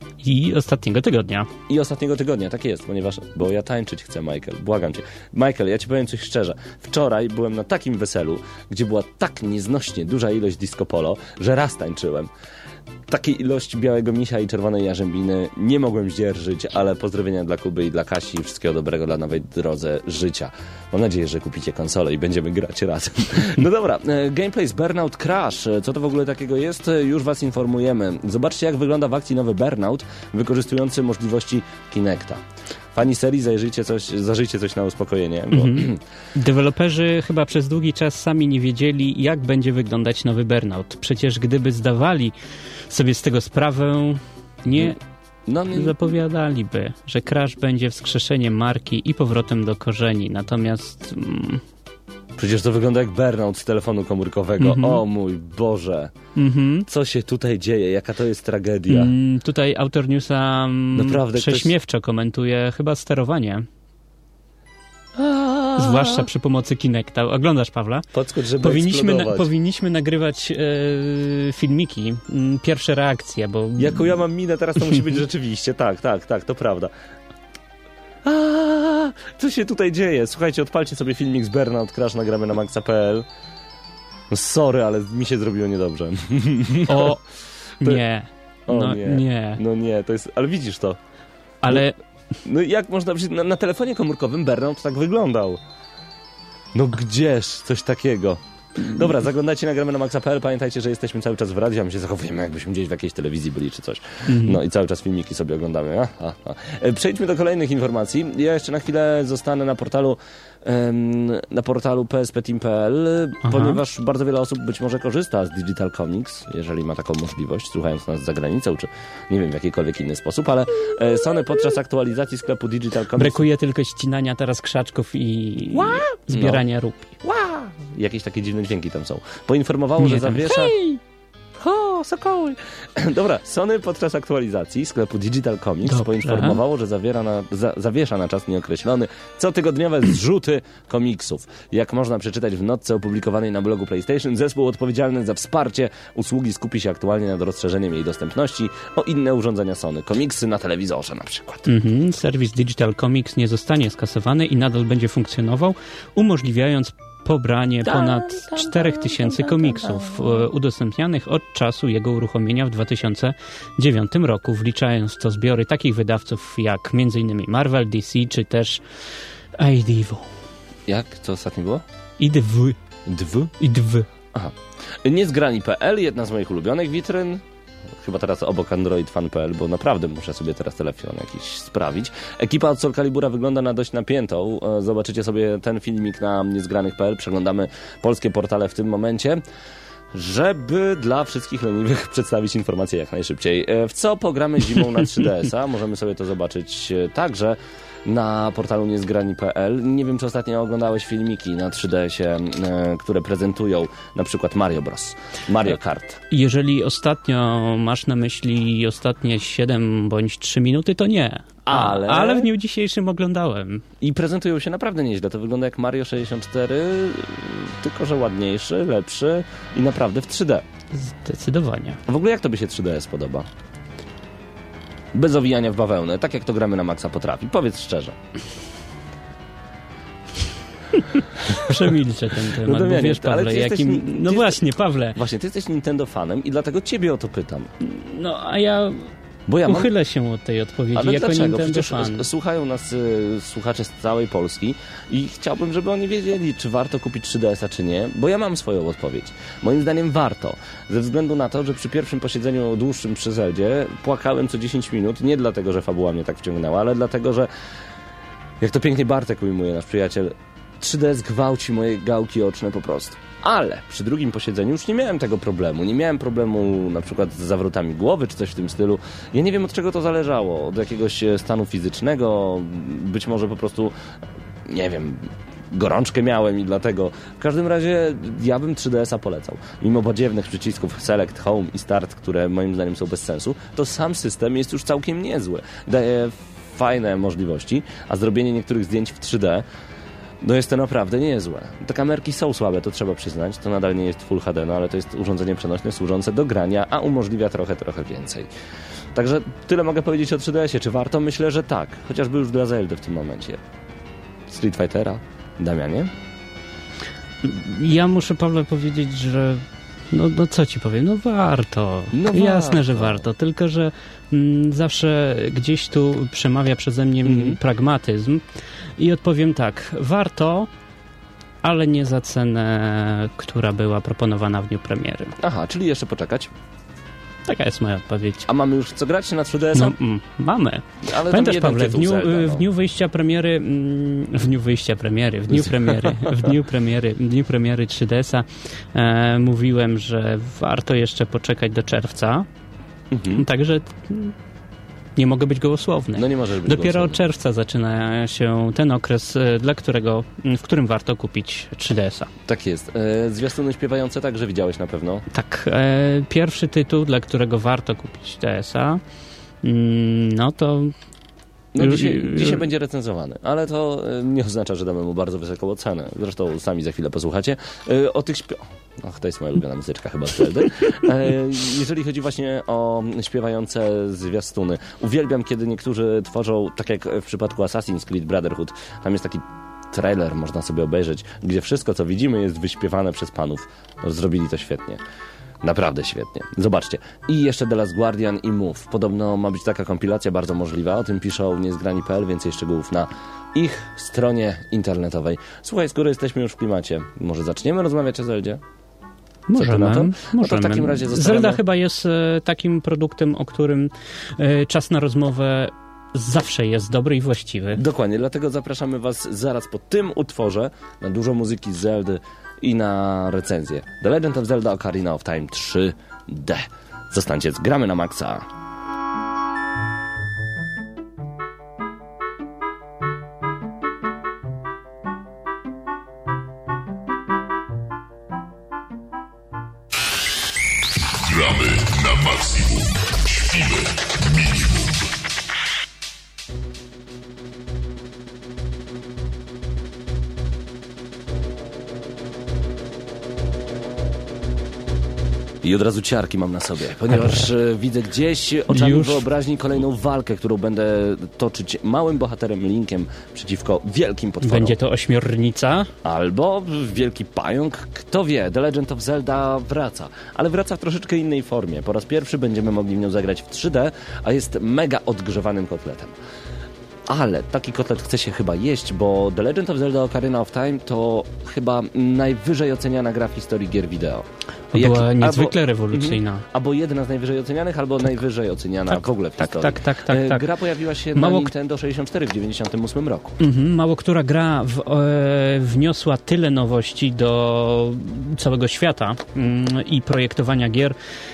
I ostatniego tygodnia. I ostatniego tygodnia, tak jest, ponieważ, bo ja tańczyć chcę, Michael, błagam cię. Michael, ja ci powiem coś szczerze. Wczoraj byłem na takim weselu, gdzie była tak nieznośnie duża ilość disco polo, że raz tańczyłem. Takiej ilości białego misia i czerwonej jarzębiny nie mogłem zdzierżyć, ale pozdrowienia dla Kuby i dla Kasi i wszystkiego dobrego dla nowej drodze życia. Mam nadzieję, że kupicie konsolę i będziemy grać razem. No dobra, e, gameplay z Burnout Crash. Co to w ogóle takiego jest? E, Już was informujemy. Zobaczcie, jak wygląda w akcji nowy Burnout, wykorzystujący możliwości Kinecta. Fani serii, zajrzyjcie coś, zażyjcie coś na uspokojenie. Bo... Mhm. Deweloperzy chyba przez długi czas sami nie wiedzieli, jak będzie wyglądać nowy Burnout. Przecież gdyby zdawali sobie z tego sprawę, nie No, nie... zapowiadaliby, że Crash będzie wskrzeszeniem marki i powrotem do korzeni. Natomiast mm, Przecież to wygląda jak Burnout z telefonu komórkowego. Mhm. O mój Boże. mhm. Co się tutaj dzieje? Jaka to jest tragedia? Mm, tutaj autor newsa mm, Naprawdę ktoś- prześmiewczo komentuje chyba sterowanie. Zwłaszcza przy pomocy Kinecta. Oglądasz, Pawła? Podskocz, żeby Powinniśmy, na, eksplodować. powinniśmy nagrywać e, filmiki, m, pierwsze reakcje, bo... Jaką ja mam minę, teraz to musi być rzeczywiście. Tak, tak, tak, to prawda. A, co się tutaj dzieje? Słuchajcie, odpalcie sobie filmik z Burnout Crash, nagramy na maxa kropka p l. No sorry, ale mi się zrobiło niedobrze. O, nie. O No nie. nie. No nie, to jest... Ale widzisz to. Ale No jak można... Na, na telefonie komórkowym Burnout tak wyglądał. No gdzież coś takiego. Dobra, zaglądajcie na gramy na maxa kropka p l. Pamiętajcie, że jesteśmy cały czas w radiu, a my się zachowujemy, jakbyśmy gdzieś w jakiejś telewizji byli czy coś. Mm-hmm. No i cały czas filmiki sobie oglądamy. A, a, a. Przejdźmy do kolejnych informacji. Ja jeszcze na chwilę zostanę na portalu um, na portalu p s p team kropka p l, ponieważ bardzo wiele osób być może korzysta z Digital Comics, jeżeli ma taką możliwość, słuchając nas za granicą, czy nie wiem, w jakikolwiek inny sposób, ale e, Sony podczas aktualizacji sklepu Digital Comics... brakuje tylko ścinania teraz krzaczków i Ła? zbierania no. rupi. Ła! Jakieś takie dziwne dźwięki tam są. Poinformowało, nie, że zawiesza... Hej! Ho, sokoły! Dobra, Sony podczas aktualizacji sklepu Digital Comics Dobrze. poinformowało, że zawiera na, za, zawiesza na czas nieokreślony cotygodniowe zrzuty komiksów. Jak można przeczytać w notce opublikowanej na blogu PlayStation, zespół odpowiedzialny za wsparcie usługi skupi się aktualnie nad rozszerzeniem jej dostępności o inne urządzenia Sony. Komiksy na telewizorze na przykład. Mhm. Serwis Digital Comics nie zostanie skasowany i nadal będzie funkcjonował, umożliwiając pobranie ponad cztery tysiące komiksów udostępnianych od czasu jego uruchomienia w dwa tysiące dziewiątym roku, wliczając w to zbiory takich wydawców jak między innymi Marvel, D C czy też I D W. Jak? Co ostatnio było? I D W. Dw? I D W. Aha. Niezgrani kropka p l, jedna z moich ulubionych witryn. Chyba teraz obok Android Fan kropka p l, bo naprawdę muszę sobie teraz telefon jakiś sprawić. Ekipa od Soul Calibura wygląda na dość napiętą. Zobaczycie sobie ten filmik na niezgranych kropka p l. Przeglądamy polskie portale w tym momencie, żeby dla wszystkich leniwych przedstawić informacje jak najszybciej. W co pogramy zimą na trzy D S a? Możemy sobie to zobaczyć także na portalu niezgrani kropka p l. Nie wiem, czy ostatnio oglądałeś filmiki na trzy D S ie, które prezentują na przykład Mario Bros. Mario Kart. Jeżeli ostatnio masz na myśli ostatnie siedem bądź trzy minuty, to nie. Ale... Ale w dniu dzisiejszym oglądałem. I prezentują się naprawdę nieźle. To wygląda jak Mario sześćdziesiąt cztery, tylko że ładniejszy, lepszy i naprawdę w trzy D. Zdecydowanie. W ogóle jak tobie się trzy D S podoba? Bez owijania w bawełnę, tak jak to gramy na maksa potrafi. Powiedz szczerze. Przemilczę ten temat, no to bo wiesz, ale Pawle, jakim... jesteś, No właśnie, Pawle. Właśnie, ty jesteś Nintendo fanem i dlatego ciebie o to pytam. No, a ja... Bo ja Uchylę mam... się od tej odpowiedzi, Ale jako dlaczego? Nintendo Przecież fan. słuchają nas y, słuchacze z całej Polski i chciałbym, żeby oni wiedzieli, czy warto kupić trzy D S a, czy nie, bo ja mam swoją odpowiedź. Moim zdaniem warto, ze względu na to, że przy pierwszym posiedzeniu dłuższym przy Zeldzie płakałem co dziesięć minut, nie dlatego, że fabuła mnie tak wciągnęła, ale dlatego, że jak to pięknie Bartek ujmuje, nasz przyjaciel, trzy D S gwałci moje gałki oczne po prostu. Ale przy drugim posiedzeniu już nie miałem tego problemu. Nie miałem problemu na przykład z zawrotami głowy czy coś w tym stylu. Ja nie wiem, od czego to zależało. Od jakiegoś stanu fizycznego, być może po prostu, nie wiem, gorączkę miałem i dlatego. W każdym razie ja bym trzy D S a polecał. Mimo badziewnych przycisków Select, Home i Start, które moim zdaniem są bez sensu, to sam system jest już całkiem niezły. Daje fajne możliwości, a zrobienie niektórych zdjęć w trzy D no jest to naprawdę niezłe. Te kamerki są słabe, to trzeba przyznać. To nadal nie jest Full H D, no ale to jest urządzenie przenośne służące do grania, a umożliwia trochę, trochę więcej. Także tyle mogę powiedzieć o trzy D S ie. Czy warto? Myślę, że tak. Chociażby już dla Zeldy w tym momencie. Street Fightera. Damianie? Ja muszę, Pawle, powiedzieć, że no, no co ci powiem, no warto. No Jasne, warto. że warto. Tylko, że mm, zawsze gdzieś tu przemawia przeze mnie mm. pragmatyzm i odpowiem tak, warto, ale nie za cenę, która była proponowana w dniu premiery. Aha, czyli jeszcze poczekać. Taka jest moja odpowiedź. A mamy już co grać na trzy D S a? No, mm, mamy. Ale Pamiętasz, Pawle, w dniu, Zelda, no. w dniu wyjścia premiery, mm, w dniu wyjścia premiery, w dniu premiery, w dniu premiery, w dniu premiery trzy D S a e, mówiłem, że warto jeszcze poczekać do czerwca. Mhm. Także mm, nie mogę być gołosłowny. No nie możesz być Dopiero gołosłowny. od czerwca zaczyna się ten okres, dla którego, w którym warto kupić trzy D S a. Tak jest. E, zwiastuny śpiewające także widziałeś na pewno. Tak. E, pierwszy tytuł, dla którego warto kupić D S a, mm, no to... No Już- dzisiaj, już- dzisiaj będzie recenzowany, ale to e, nie oznacza, że damy mu bardzo wysoką ocenę. Zresztą sami za chwilę posłuchacie. E, o tych śpiew... Ach, to jest moja ulubiona muzyczka chyba z Zeldy. E, jeżeli chodzi właśnie o śpiewające zwiastuny. Uwielbiam, kiedy niektórzy tworzą, tak jak w przypadku Assassin's Creed Brotherhood, tam jest taki trailer można sobie obejrzeć, gdzie wszystko, co widzimy, jest wyśpiewane przez panów. No, zrobili to świetnie. Naprawdę świetnie. Zobaczcie. I jeszcze The Last Guardian i Move. Podobno ma być taka kompilacja bardzo możliwa. O tym piszą niezgrani kropka p l. Więcej szczegółów na ich stronie internetowej. Słuchaj, skoro jesteśmy już w klimacie, może zaczniemy rozmawiać o Zeldzie? Możemy, no to? możemy. No to w takim razie zostawiamy... Zelda chyba jest e, takim produktem, o którym e, czas na rozmowę zawsze jest dobry i właściwy. Dokładnie, dlatego zapraszamy was zaraz po tym utworze na dużo muzyki z Zeldy i na recenzję. The Legend of Zelda Ocarina of Time trzy D. Zostańcie z Gramy na Maxa. Gramy na maksimum. Śpimy minimum. I od razu ciarki mam na sobie, ponieważ e, widzę gdzieś oczami Już. wyobraźni kolejną walkę, którą będę toczyć małym bohaterem Linkiem przeciwko wielkim potworom. Będzie to ośmiornica? Albo wielki pająk, kto wie, The Legend of Zelda wraca, ale wraca w troszeczkę innej formie. Po raz pierwszy będziemy mogli w nią zagrać w trzy D, a jest mega odgrzewanym kotletem. Ale taki kotlet chce się chyba jeść, bo The Legend of Zelda Ocarina of Time to chyba najwyżej oceniana gra w historii gier wideo. Była Jak, niezwykle albo, rewolucyjna. Mm, albo jedna z najwyżej ocenianych, albo tak. najwyżej oceniana tak, w ogóle w tak, historii. Tak, tak, tak, e, tak. Gra pojawiła się Mało na Nintendo sześćdziesiąt cztery w dziewięćdziesiątym ósmym roku. Mhm, mało która gra w, e, wniosła tyle nowości do całego świata mm, i projektowania gier,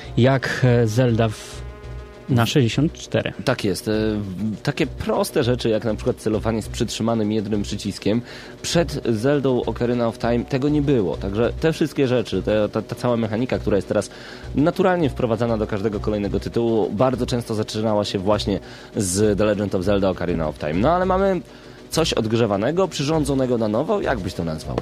jak Zelda w na sześćdziesiąt cztery. Tak jest. E, takie proste rzeczy, jak na przykład celowanie z przytrzymanym jednym przyciskiem. Przed Zeldą Ocarina of Time tego nie było. Także te wszystkie rzeczy, te, ta, ta cała mechanika, która jest teraz naturalnie wprowadzana do każdego kolejnego tytułu, bardzo często zaczynała się właśnie z The Legend of Zelda Ocarina of Time. No ale mamy coś odgrzewanego, przyrządzonego na nowo. Jak byś to nazwał?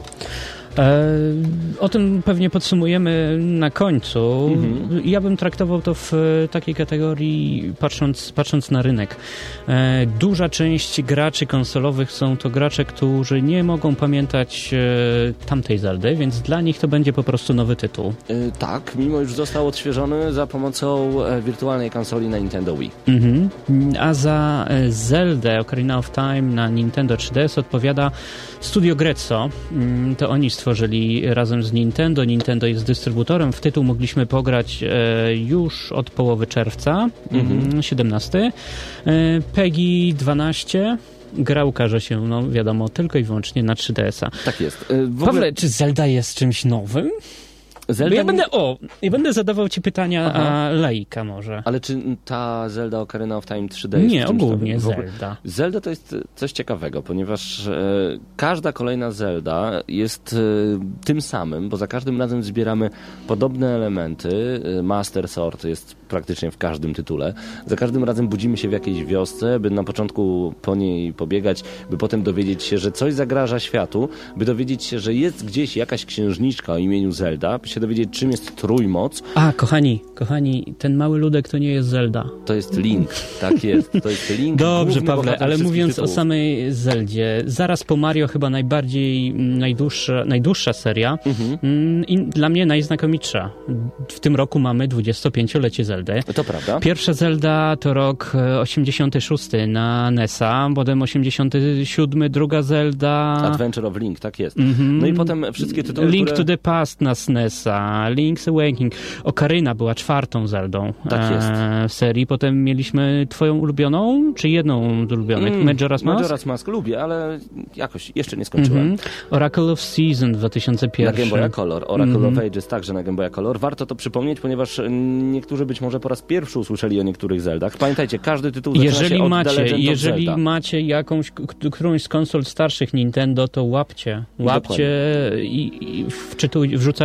E, o tym pewnie podsumujemy na końcu. Mhm. Ja bym traktował to w takiej kategorii, patrząc, patrząc na rynek. E, duża część graczy konsolowych są to gracze, którzy nie mogą pamiętać e, tamtej Zeldy, więc dla nich to będzie po prostu nowy tytuł. E, tak, mimo już został odświeżony za pomocą e, wirtualnej konsoli na Nintendo Wii. Mhm. A za e, Zeldę Ocarina of Time na Nintendo trzy D S odpowiada Studio Grezzo. Mm, to oni stworzyli razem z Nintendo. Nintendo jest dystrybutorem. W tytuł mogliśmy pograć e, już od połowy czerwca, mhm. siedemnastego. E, PEGI dwanaście. Gra ukaże się, no wiadomo, tylko i wyłącznie na trzy D S a. Tak jest. E, w ogóle... Pawle, czy Zelda jest czymś nowym? Zelda ja nie... będę, o, ja będę zadawał ci pytania, Aha. a laika może. Ale czy ta Zelda Ocarina of Time trzy D jest Nie, ogólnie nowym? Zelda. Zelda to jest coś ciekawego, ponieważ e, każda kolejna Zelda jest e, tym samym, bo za każdym razem zbieramy podobne elementy. E, Master Sword jest praktycznie w każdym tytule. Za każdym razem budzimy się w jakiejś wiosce, by na początku po niej pobiegać, by potem dowiedzieć się, że coś zagraża światu, by dowiedzieć się, że jest gdzieś jakaś księżniczka o imieniu Zelda, by się dowiedzieć, czym jest trójmoc. A, kochani, kochani, ten mały ludek to nie jest Zelda. To jest Link, tak jest. To jest Link. Dobrze, Pawle, ale mówiąc tytułów. o samej Zeldzie, zaraz po Mario chyba najbardziej, najdłuższa, najdłuższa seria mhm. i dla mnie najznakomitsza. W tym roku mamy dwudziestopięciolecie Zeldy. To prawda. Pierwsza Zelda to rok osiemdziesiąty szósty na N E S a, potem osiemdziesiąty siódmy, druga Zelda... Adventure of Link, tak jest. Mhm. No i potem wszystkie tytuły, Link które... to the Past na S N E S a, Link's Awakening. Ocarina była czwartą Zeldą tak jest. E, w serii. Potem mieliśmy twoją ulubioną, czy jedną z ulubionych? Mm, Majora's Mask? Majora's Mask lubię, ale jakoś jeszcze nie skończyłem. Mm-hmm. Oracle of Season dwa tysiące pierwszy. Na Game Boya Color. Oracle mm-hmm. of Ages także na Game Boya Color. Warto to przypomnieć, ponieważ niektórzy być może po raz pierwszy usłyszeli o niektórych Zeldach. Pamiętajcie, każdy tytuł zaczyna jeżeli się od macie, The Legend Jeżeli of Zelda. macie jakąś, którąś z konsol starszych Nintendo, to łapcie. Łapcie i, i wczytuj, wrzucajcie te tytuły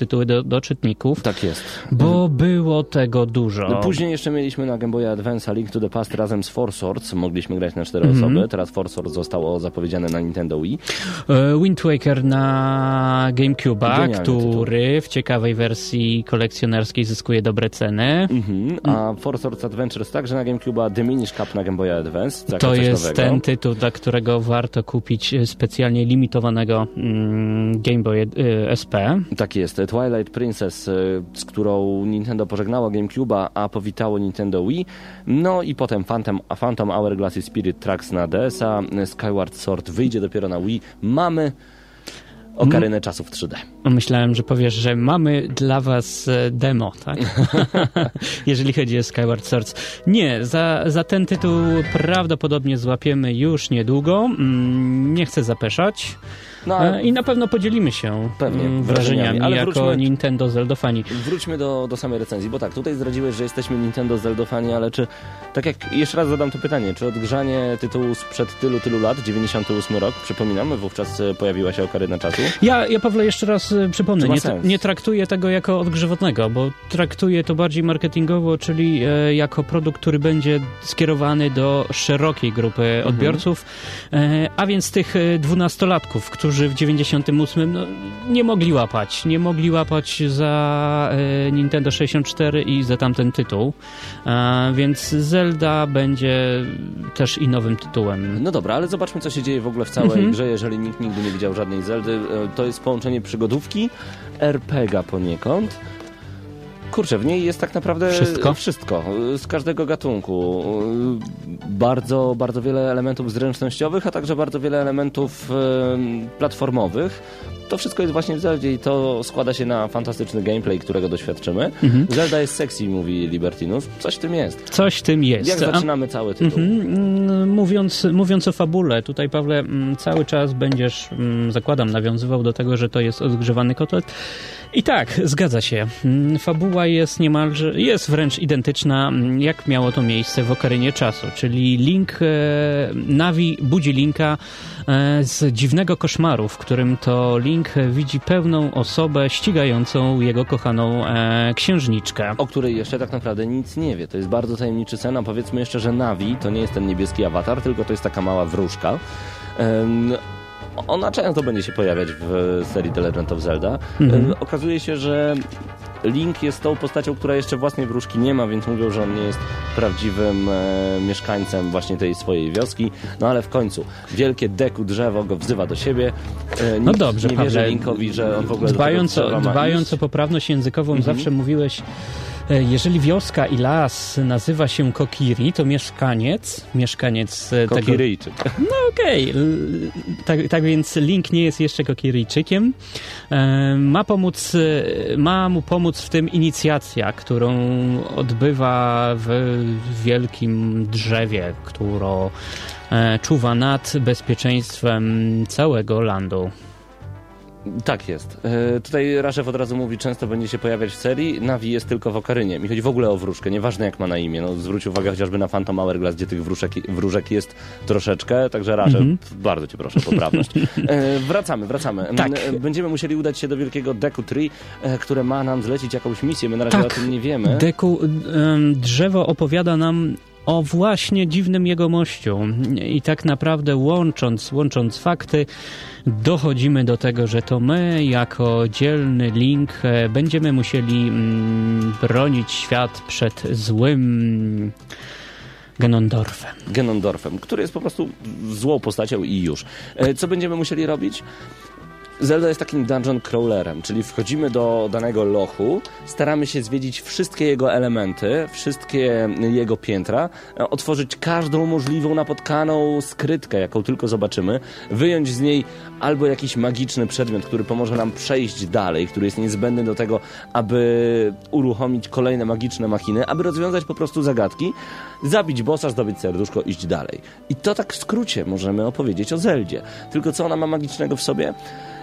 tytuły do, do czytników. Tak jest. Bo było tego dużo. Później jeszcze mieliśmy na Game Boy Advance Link to the Past razem z Four Swords. Mogliśmy grać na cztery Mhm. osoby. Teraz Four Swords zostało zapowiedziane na Nintendo Wii. E, Wind Waker na GameCube'a, Genialny który tytuł. w ciekawej wersji kolekcjonerskiej zyskuje dobre ceny. Mhm. A Four Swords Adventures także na GameCube'a, Diminish Cap na Game Boy Advance. Taka To coś jest nowego. ten tytuł, dla którego warto kupić specjalnie limitowanego mm, Game Boy y, S P. Tak jest. Twilight Princess, y, z którą Nintendo pożegnało GameCube'a, a powitało Nintendo Wii. No i potem Phantom, Phantom Hourglass i Spirit Tracks na D S a. Skyward Sword wyjdzie dopiero na Wii. Mamy Okarynę czasów trzy D. Myślałem, że powiesz, że mamy dla was e, demo, tak? Jeżeli chodzi o Skyward Swords. Nie, za, za ten tytuł prawdopodobnie złapiemy już niedługo. Mm, nie chcę zapeszać. No, ale E, I na pewno podzielimy się Pewnie, mm, wrażeniami, wrażeniami ale jako wróćmy- Nintendo Zelda-fani. Wróćmy do, do samej recenzji, bo tak, tutaj zdradziłeś, że jesteśmy Nintendo Zelda-fani, ale czy, tak jak, jeszcze raz zadam to pytanie, czy odgrzanie tytułu sprzed tylu, tylu lat, dziewięćdziesiąty ósmy rok, przypominamy, wówczas e, pojawiła się Okaryna czasu? Ja, ja Pawle, jeszcze raz e, przypomnę, To ma nie, sens. nie traktuję tego jako odgrzewotnego, bo traktuję to bardziej marketingowo, czyli e, jako produkt, który będzie skierowany do szerokiej grupy Mhm. odbiorców, e, a więc tych e, dwunastolatków, którzy w dziewięćdziesiątym ósmym no, nie mogli łapać, nie mogli łapać za e, Nintendo sześćdziesiąt cztery i za tamten tytuł, e, więc Zelda będzie też i nowym tytułem. No dobra, ale zobaczmy, co się dzieje w ogóle w całej Mhm. grze, jeżeli nikt nigdy nie widział żadnej Zeldy. E, To jest połączenie przygodówki, er pe gie a poniekąd. Kurczę, w niej jest tak naprawdę Wszystko? wszystko, z każdego gatunku. Bardzo, bardzo wiele elementów zręcznościowych, a także bardzo wiele elementów em, platformowych. To wszystko jest właśnie w Zeldzie i to składa się na fantastyczny gameplay, którego doświadczymy. Mhm. Zelda jest sexy, mówi Libertinus. Coś w tym jest. Coś w tym jest. Jak A- zaczynamy cały tytuł? Mhm. Mm, Mówiąc, mówiąc o fabule, tutaj Pawle mm, cały czas będziesz, mm, zakładam, nawiązywał do tego, że to jest odgrzewany kotlet. I tak, zgadza się. Mm, Fabuła jest niemalże, jest wręcz identyczna, mm, jak miało to miejsce w Okarynie czasu, czyli Link, e, Navi budzi Linka e, z dziwnego koszmaru, w którym to Link widzi pewną osobę ścigającą jego kochaną e, księżniczkę. O której jeszcze tak naprawdę nic nie wie. To jest bardzo tajemniczy sen, a powiedzmy jeszcze, że Navi to nie jest ten niebieski awatar, tylko to jest taka mała wróżka. Um, ona często będzie się pojawiać w serii The Legend of Zelda. Mhm. Um, okazuje się, że Link jest tą postacią, która jeszcze własnej wróżki nie ma, więc mówią, że on nie jest prawdziwym e, mieszkańcem właśnie tej swojej wioski. No ale w końcu wielkie Deku drzewo go wzywa do siebie. E, nikt No dobrze, nie wierzy Pawle, Linkowi, że on w ogóle dbając, do tego o, drzewa ma dbając iść. o poprawność językową, Mhm. zawsze mówiłeś, e, jeżeli wioska i las nazywa się Kokiri, to mieszkaniec, mieszkaniec e, tego... Kokiryjczyk. No okej, l- tak, tak więc Link nie jest jeszcze Kokiryjczykiem. E, ma pomóc, e, ma mu pomóc w tym inicjacja, którą odbywa w wielkim drzewie, które e, czuwa nad bezpieczeństwem całego landu. Tak jest. E, tutaj Raszew od razu mówi, często będzie się pojawiać w serii. Navi jest tylko w Okarynie. Mi chodzi w ogóle o wróżkę, nieważne jak ma na imię. No, zwróć uwagę chociażby na Phantom Hourglass, gdzie tych wróżek, wróżek jest troszeczkę, także Raszew, Mhm. bardzo cię proszę, poprawność. E, wracamy, wracamy. Tak. E, będziemy musieli udać się do wielkiego Deku Tree, e, które ma nam zlecić jakąś misję. My na razie Tak. o tym nie wiemy. Deku, em, drzewo opowiada nam o właśnie dziwnym jegomościu i tak naprawdę łącząc, łącząc fakty, dochodzimy do tego, że to my jako dzielny Link e, będziemy musieli mm, bronić świat przed złym Ganondorfem. Ganondorfem, który jest po prostu złą postacią i już. E, Co będziemy musieli robić? Zelda jest takim dungeon crawlerem, czyli wchodzimy do danego lochu, staramy się zwiedzić wszystkie jego elementy, wszystkie jego piętra, e, otworzyć każdą możliwą napotkaną skrytkę, jaką tylko zobaczymy, wyjąć z niej albo jakiś magiczny przedmiot, który pomoże nam przejść dalej, który jest niezbędny do tego, aby uruchomić kolejne magiczne machiny, aby rozwiązać po prostu zagadki, zabić bossa, zdobyć serduszko, iść dalej. I to tak w skrócie możemy opowiedzieć o Zeldzie. Tylko co ona ma magicznego w sobie?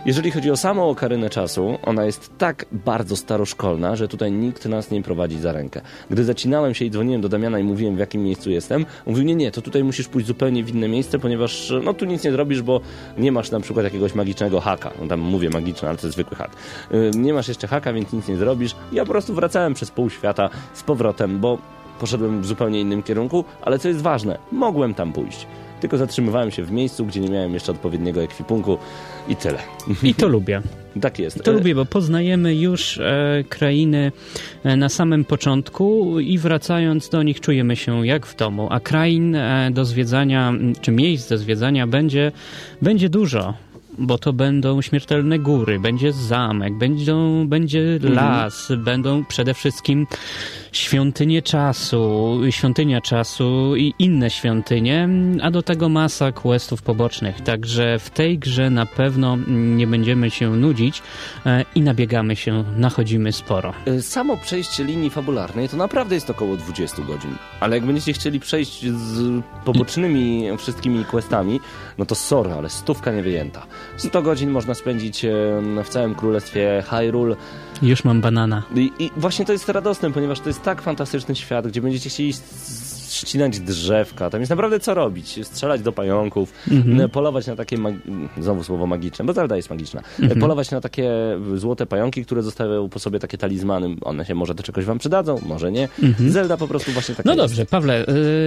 Jeżeli chodzi o samą Okarynę Czasu, ona jest tak bardzo staroszkolna, że tutaj nikt nas nie prowadzi za rękę. Gdy zacinałem się i dzwoniłem do Damiana i mówiłem, w jakim miejscu jestem, on mówił, nie, nie, to tutaj musisz pójść zupełnie w inne miejsce, ponieważ no tu nic nie zrobisz, bo nie masz na przykład jakiegoś magicznego haka. No, tam mówię magiczny, ale to jest zwykły hak. Yy, nie masz jeszcze haka, więc nic nie zrobisz. Ja po prostu wracałem przez pół świata z powrotem, bo poszedłem w zupełnie innym kierunku, ale co jest ważne, mogłem tam pójść. Tylko zatrzymywałem się w miejscu, gdzie nie miałem jeszcze odpowiedniego ekwipunku i tyle. I to lubię. Tak jest. I to lubię, bo poznajemy już e, krainy e, na samym początku i wracając do nich czujemy się jak w domu, a krain e, do zwiedzania, czy miejsc do zwiedzania będzie, będzie dużo. Bo to będą śmiertelne góry, będzie zamek, będą, będzie las, mhm. będą przede wszystkim świątynie czasu, świątynia czasu i inne świątynie, a do tego masa questów pobocznych. Także w tej grze na pewno nie będziemy się nudzić e, i nabiegamy się, nachodzimy sporo. Samo przejście linii fabularnej to naprawdę jest około dwadzieścia godzin, ale jak będziecie chcieli przejść z pobocznymi wszystkimi questami, no to sorry, ale stówka nie wyjęta. sto godzin można spędzić w całym królestwie Hyrule. Już mam banana. I, I właśnie to jest radosne, ponieważ to jest tak fantastyczny świat, gdzie będziecie chcieli ścinać drzewka. Tam jest naprawdę co robić. Strzelać do pająków, mm-hmm. polować na takie, mag- znowu słowo magiczne, bo Zelda jest magiczna. Mm-hmm. Polować na takie złote pająki, które zostawiają po sobie takie talizmany. One się może do czegoś wam przydadzą, może nie. Mm-hmm. Zelda po prostu właśnie taka No jest. Dobrze, Pawle.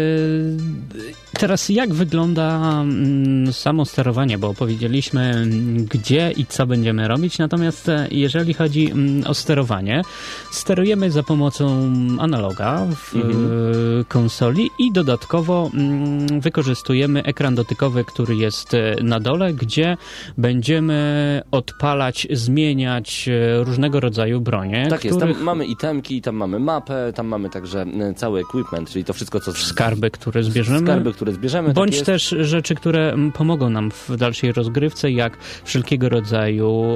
Yy, teraz jak wygląda yy, samo sterowanie, bo opowiedzieliśmy gdzie i co będziemy robić, natomiast jeżeli chodzi yy, o sterowanie, sterujemy za pomocą analoga w mm-hmm. konsoli i dodatkowo mm, wykorzystujemy ekran dotykowy, który jest na dole, gdzie będziemy odpalać, zmieniać różnego rodzaju bronie. Tak których... jest, tam mamy itemki, tam mamy mapę, tam mamy także cały equipment, czyli to wszystko, co... Skarby, które zbierzemy. Skarby, które zbierzemy. Bądź tak też rzeczy, które pomogą nam w dalszej rozgrywce, jak wszelkiego rodzaju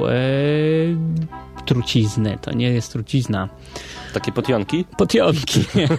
e, trucizny. To nie jest trucizna. Takie potionki? Potionki.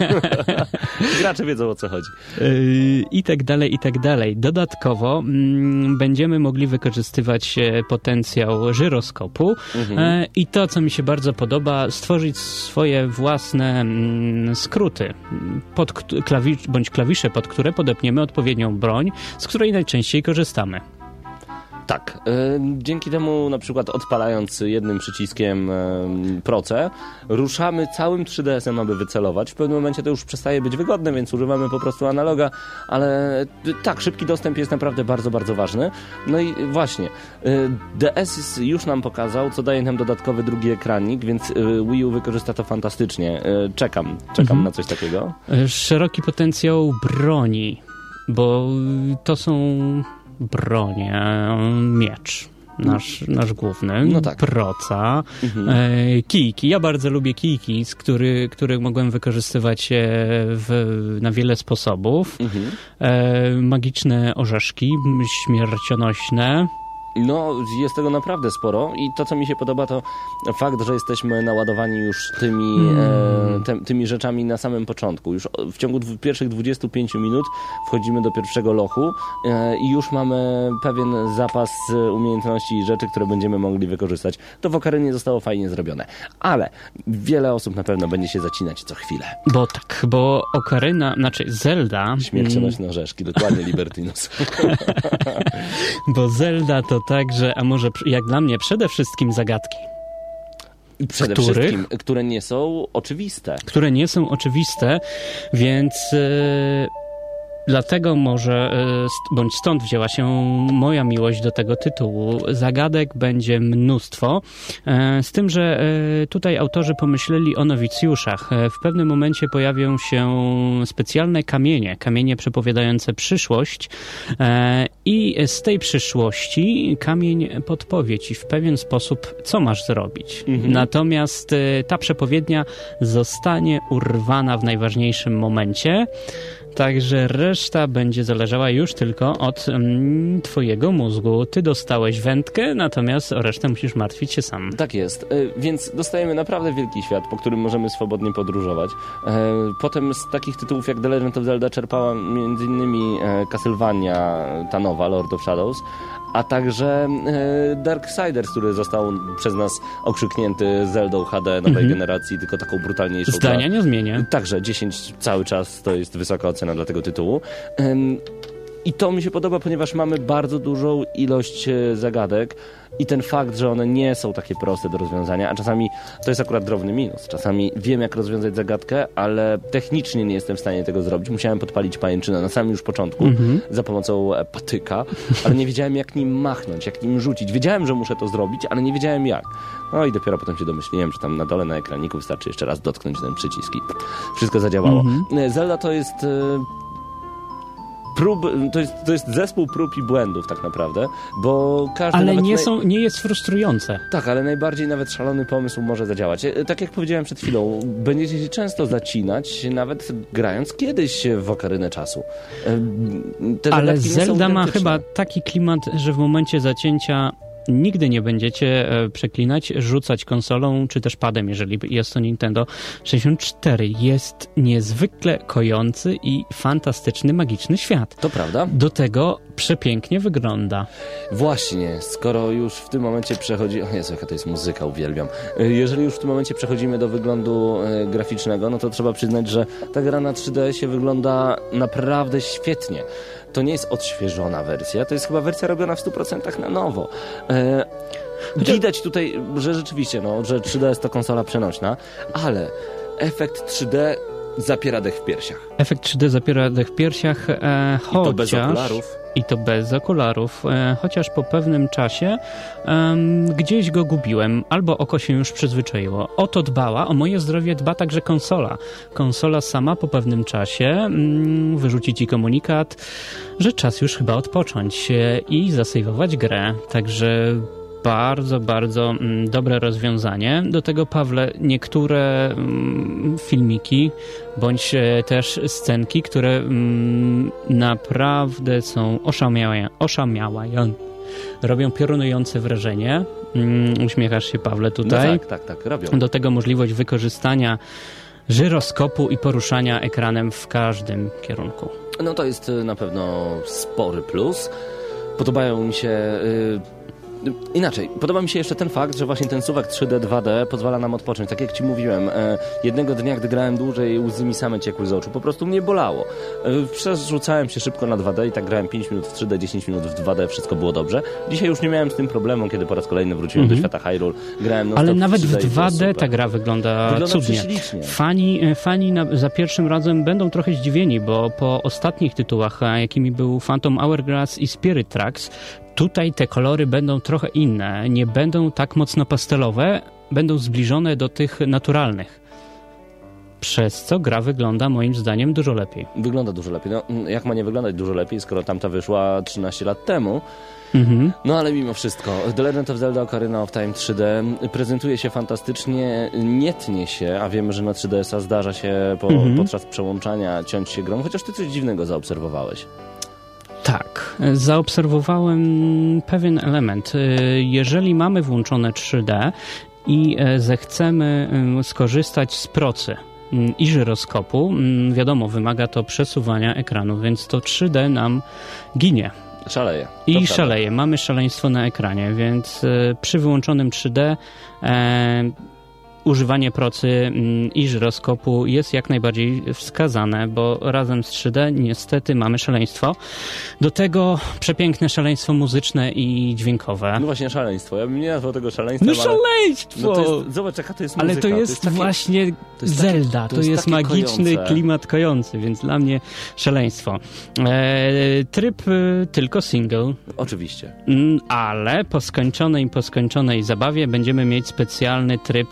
Gracze wiedzą, o co chodzi. Yy, I tak dalej, i tak dalej. Dodatkowo mm, będziemy mogli wykorzystywać potencjał żyroskopu mhm. e, i to, co mi się bardzo podoba, stworzyć swoje własne mm, skróty pod klawisz, bądź klawisze, pod które podepniemy odpowiednią broń, z której najczęściej korzystamy. Tak. Y, dzięki temu na przykład odpalając jednym przyciskiem y, proce, ruszamy całym trzy D S-em, aby wycelować. W pewnym momencie to już przestaje być wygodne, więc używamy po prostu analoga, ale y, tak, szybki dostęp jest naprawdę bardzo, bardzo ważny. No i właśnie, y, D S już nam pokazał, co daje nam dodatkowy drugi ekranik, więc y, Wii U wykorzysta to fantastycznie. Y, czekam, czekam mhm. na coś takiego. Szeroki potencjał broni, bo to są... bronie, miecz nasz, nasz główny, no tak. proca, mhm. e, kijki. Ja bardzo lubię kijki, z który, których mogłem wykorzystywać w, na wiele sposobów. Mhm. E, magiczne orzeszki, śmiercionośne. No, jest tego naprawdę sporo i to, co mi się podoba, to fakt, że jesteśmy naładowani już tymi, mm. e, te, tymi rzeczami na samym początku. Już w ciągu dwu, pierwszych dwudziestu pięciu minut wchodzimy do pierwszego lochu e, i już mamy pewien zapas umiejętności i rzeczy, które będziemy mogli wykorzystać. To w Okarynie zostało fajnie zrobione. Ale wiele osób na pewno będzie się zacinać co chwilę. Bo tak, bo Okaryna, znaczy Zelda... Śmiercionośne orzeszki, dokładnie Libertinus. Bo Zelda to także, a może jak dla mnie przede wszystkim zagadki. I przede których, wszystkim, które nie są oczywiste. Które nie są oczywiste, więc yy, dlatego może, yy, bądź stąd wzięła się moja miłość do tego tytułu. Zagadek będzie mnóstwo, yy, z tym, że yy, tutaj autorzy pomyśleli o nowicjuszach. Yy, w pewnym momencie pojawią się specjalne kamienie, kamienie przepowiadające przyszłość yy, i z tej przyszłości kamień podpowie ci w pewien sposób, co masz zrobić. Mhm. Natomiast yy, ta przepowiednia zostanie urwana w najważniejszym momencie. Także reszta będzie zależała już tylko od mm, twojego mózgu. Ty dostałeś wędkę, natomiast o resztę musisz martwić się sam. Tak jest. Y, więc dostajemy naprawdę wielki świat, po którym możemy swobodnie podróżować. Y, potem z takich tytułów jak The Legend of Zelda czerpała między innymi y, Castlevania, ta nowa, Lord of Shadows. a także e, Darksiders, który został przez nas okrzyknięty Zeldą H D nowej Mhm. generacji, tylko taką brutalniejszą. Zdania dla... nie zmienię. Także dziesięć cały czas to jest wysoka ocena dla tego tytułu. Ym, I to mi się podoba, ponieważ mamy bardzo dużą ilość e, zagadek i ten fakt, że one nie są takie proste do rozwiązania, a czasami to jest akurat drobny minus. Czasami wiem, jak rozwiązać zagadkę, ale technicznie nie jestem w stanie tego zrobić. Musiałem podpalić pajęczynę na samym już początku Mhm. za pomocą e, patyka, ale nie wiedziałem, jak nim machnąć, jak nim rzucić. Wiedziałem, że muszę to zrobić, ale nie wiedziałem jak. No i dopiero potem się domyśliłem, że tam na dole na ekraniku wystarczy jeszcze raz dotknąć ten przycisk i wszystko zadziałało. Mhm. Zelda to jest... E, Prób, to, jest, to jest zespół prób i błędów tak naprawdę, bo każdy Ale nawet nie, naj... są, nie jest frustrujące. Tak, ale najbardziej nawet szalony pomysł może zadziałać. E, Tak jak powiedziałem przed chwilą, będziecie się często zacinać, nawet grając kiedyś w okarynę czasu. E, Te Ale zagadki nie są Zelda ma identyczne. chyba taki klimat, że w momencie zacięcia nigdy nie będziecie e, przeklinać, rzucać konsolą, czy też padem, jeżeli jest to Nintendo sześćdziesiąt cztery. Jest niezwykle kojący i fantastyczny, magiczny świat. To prawda. Do tego przepięknie wygląda. Właśnie, skoro już w tym momencie przechodzi... O Jezu, jaka to jest muzyka, uwielbiam. E, Jeżeli już w tym momencie przechodzimy do wyglądu e, graficznego, no to trzeba przyznać, że ta gra na trzy D S-ie wygląda naprawdę świetnie. To nie jest odświeżona wersja, to jest chyba wersja robiona w stu procentach na nowo. E, widać tutaj, że rzeczywiście, no, że trzy D S to konsola przenośna, ale efekt trzy D zapiera dech w piersiach. Efekt trzy D zapiera dech w piersiach, e, I chociaż... to bez okularów. I to bez okularów, e, chociaż po pewnym czasie em, gdzieś go gubiłem, albo oko się już przyzwyczaiło. O to dbała, o moje zdrowie dba także konsola. Konsola sama po pewnym czasie mm, wyrzuci ci komunikat, że czas już chyba odpocząć e, i zasejwować grę. Także bardzo, bardzo mm, dobre rozwiązanie. Do tego, Pawle, niektóre mm, filmiki bądź e, też scenki, które mm, naprawdę są oszamiałe, oszamiałające. Robią piorunujące wrażenie. Mm, uśmiechasz się, Pawle, tutaj. No tak, tak, tak, robią. Do tego możliwość wykorzystania żyroskopu i poruszania ekranem w każdym kierunku. No to jest y, na pewno spory plus. Podobają mi się... Y, Inaczej, podoba mi się jeszcze ten fakt, że właśnie ten suwak trzy D, dwa D pozwala nam odpocząć. Tak jak ci mówiłem, e, jednego dnia, gdy grałem dłużej, łzy mi same ciekły z oczu. Po prostu mnie bolało. E, przerzucałem się szybko na dwa D i tak grałem pięć minut w trzy D, dziesięć minut w dwa D, wszystko było dobrze. Dzisiaj już nie miałem z tym problemu, kiedy po raz kolejny wróciłem Mhm. do świata Hyrule. Grałem non Ale stop nawet trzy w D i dwa D było super. ta gra wygląda, Wygląda cudnie. prześlicznie. Fani, fani na, za pierwszym razem będą trochę zdziwieni, bo po ostatnich tytułach, a jakimi był Phantom Hourglass i Spirit Tracks, tutaj te kolory będą trochę inne. Nie będą tak mocno pastelowe, będą zbliżone do tych naturalnych. Przez co gra wygląda moim zdaniem dużo lepiej. Wygląda dużo lepiej. No, jak ma nie wyglądać dużo lepiej, skoro tamta wyszła trzynaście lat temu? Mhm. No ale mimo wszystko, The Legend of Zelda Ocarina of Time trzy D prezentuje się fantastycznie, nie tnie się, a wiemy, że na trzy D S a zdarza się po, Mhm. podczas przełączania ciąć się grą, chociaż ty coś dziwnego zaobserwowałeś. Tak, zaobserwowałem pewien element. Jeżeli mamy włączone trzy D i zechcemy skorzystać z procy i żyroskopu, wiadomo, wymaga to przesuwania ekranu, więc to trzy D nam ginie. Szaleje. I To szaleje. Mamy szaleństwo na ekranie, więc e, przy wyłączonym trzy D e, używanie procy mm, i żyroskopu jest jak najbardziej wskazane, bo razem z trzy D niestety mamy szaleństwo. Do tego przepiękne szaleństwo muzyczne i dźwiękowe. No właśnie szaleństwo. Ja bym nie nazwał tego szaleństwem, No ale... szaleństwo! No to jest, zobacz, jaka to jest muzyka. Ale to jest, takie- właśnie to jest takie- Zelda, to to jest jest, takie magiczny kojące. klimat kojący, więc dla mnie szaleństwo. E, tryb e, tylko single, Oczywiście. Mm, ale po skończonej, po skończonej zabawie będziemy mieć specjalny tryb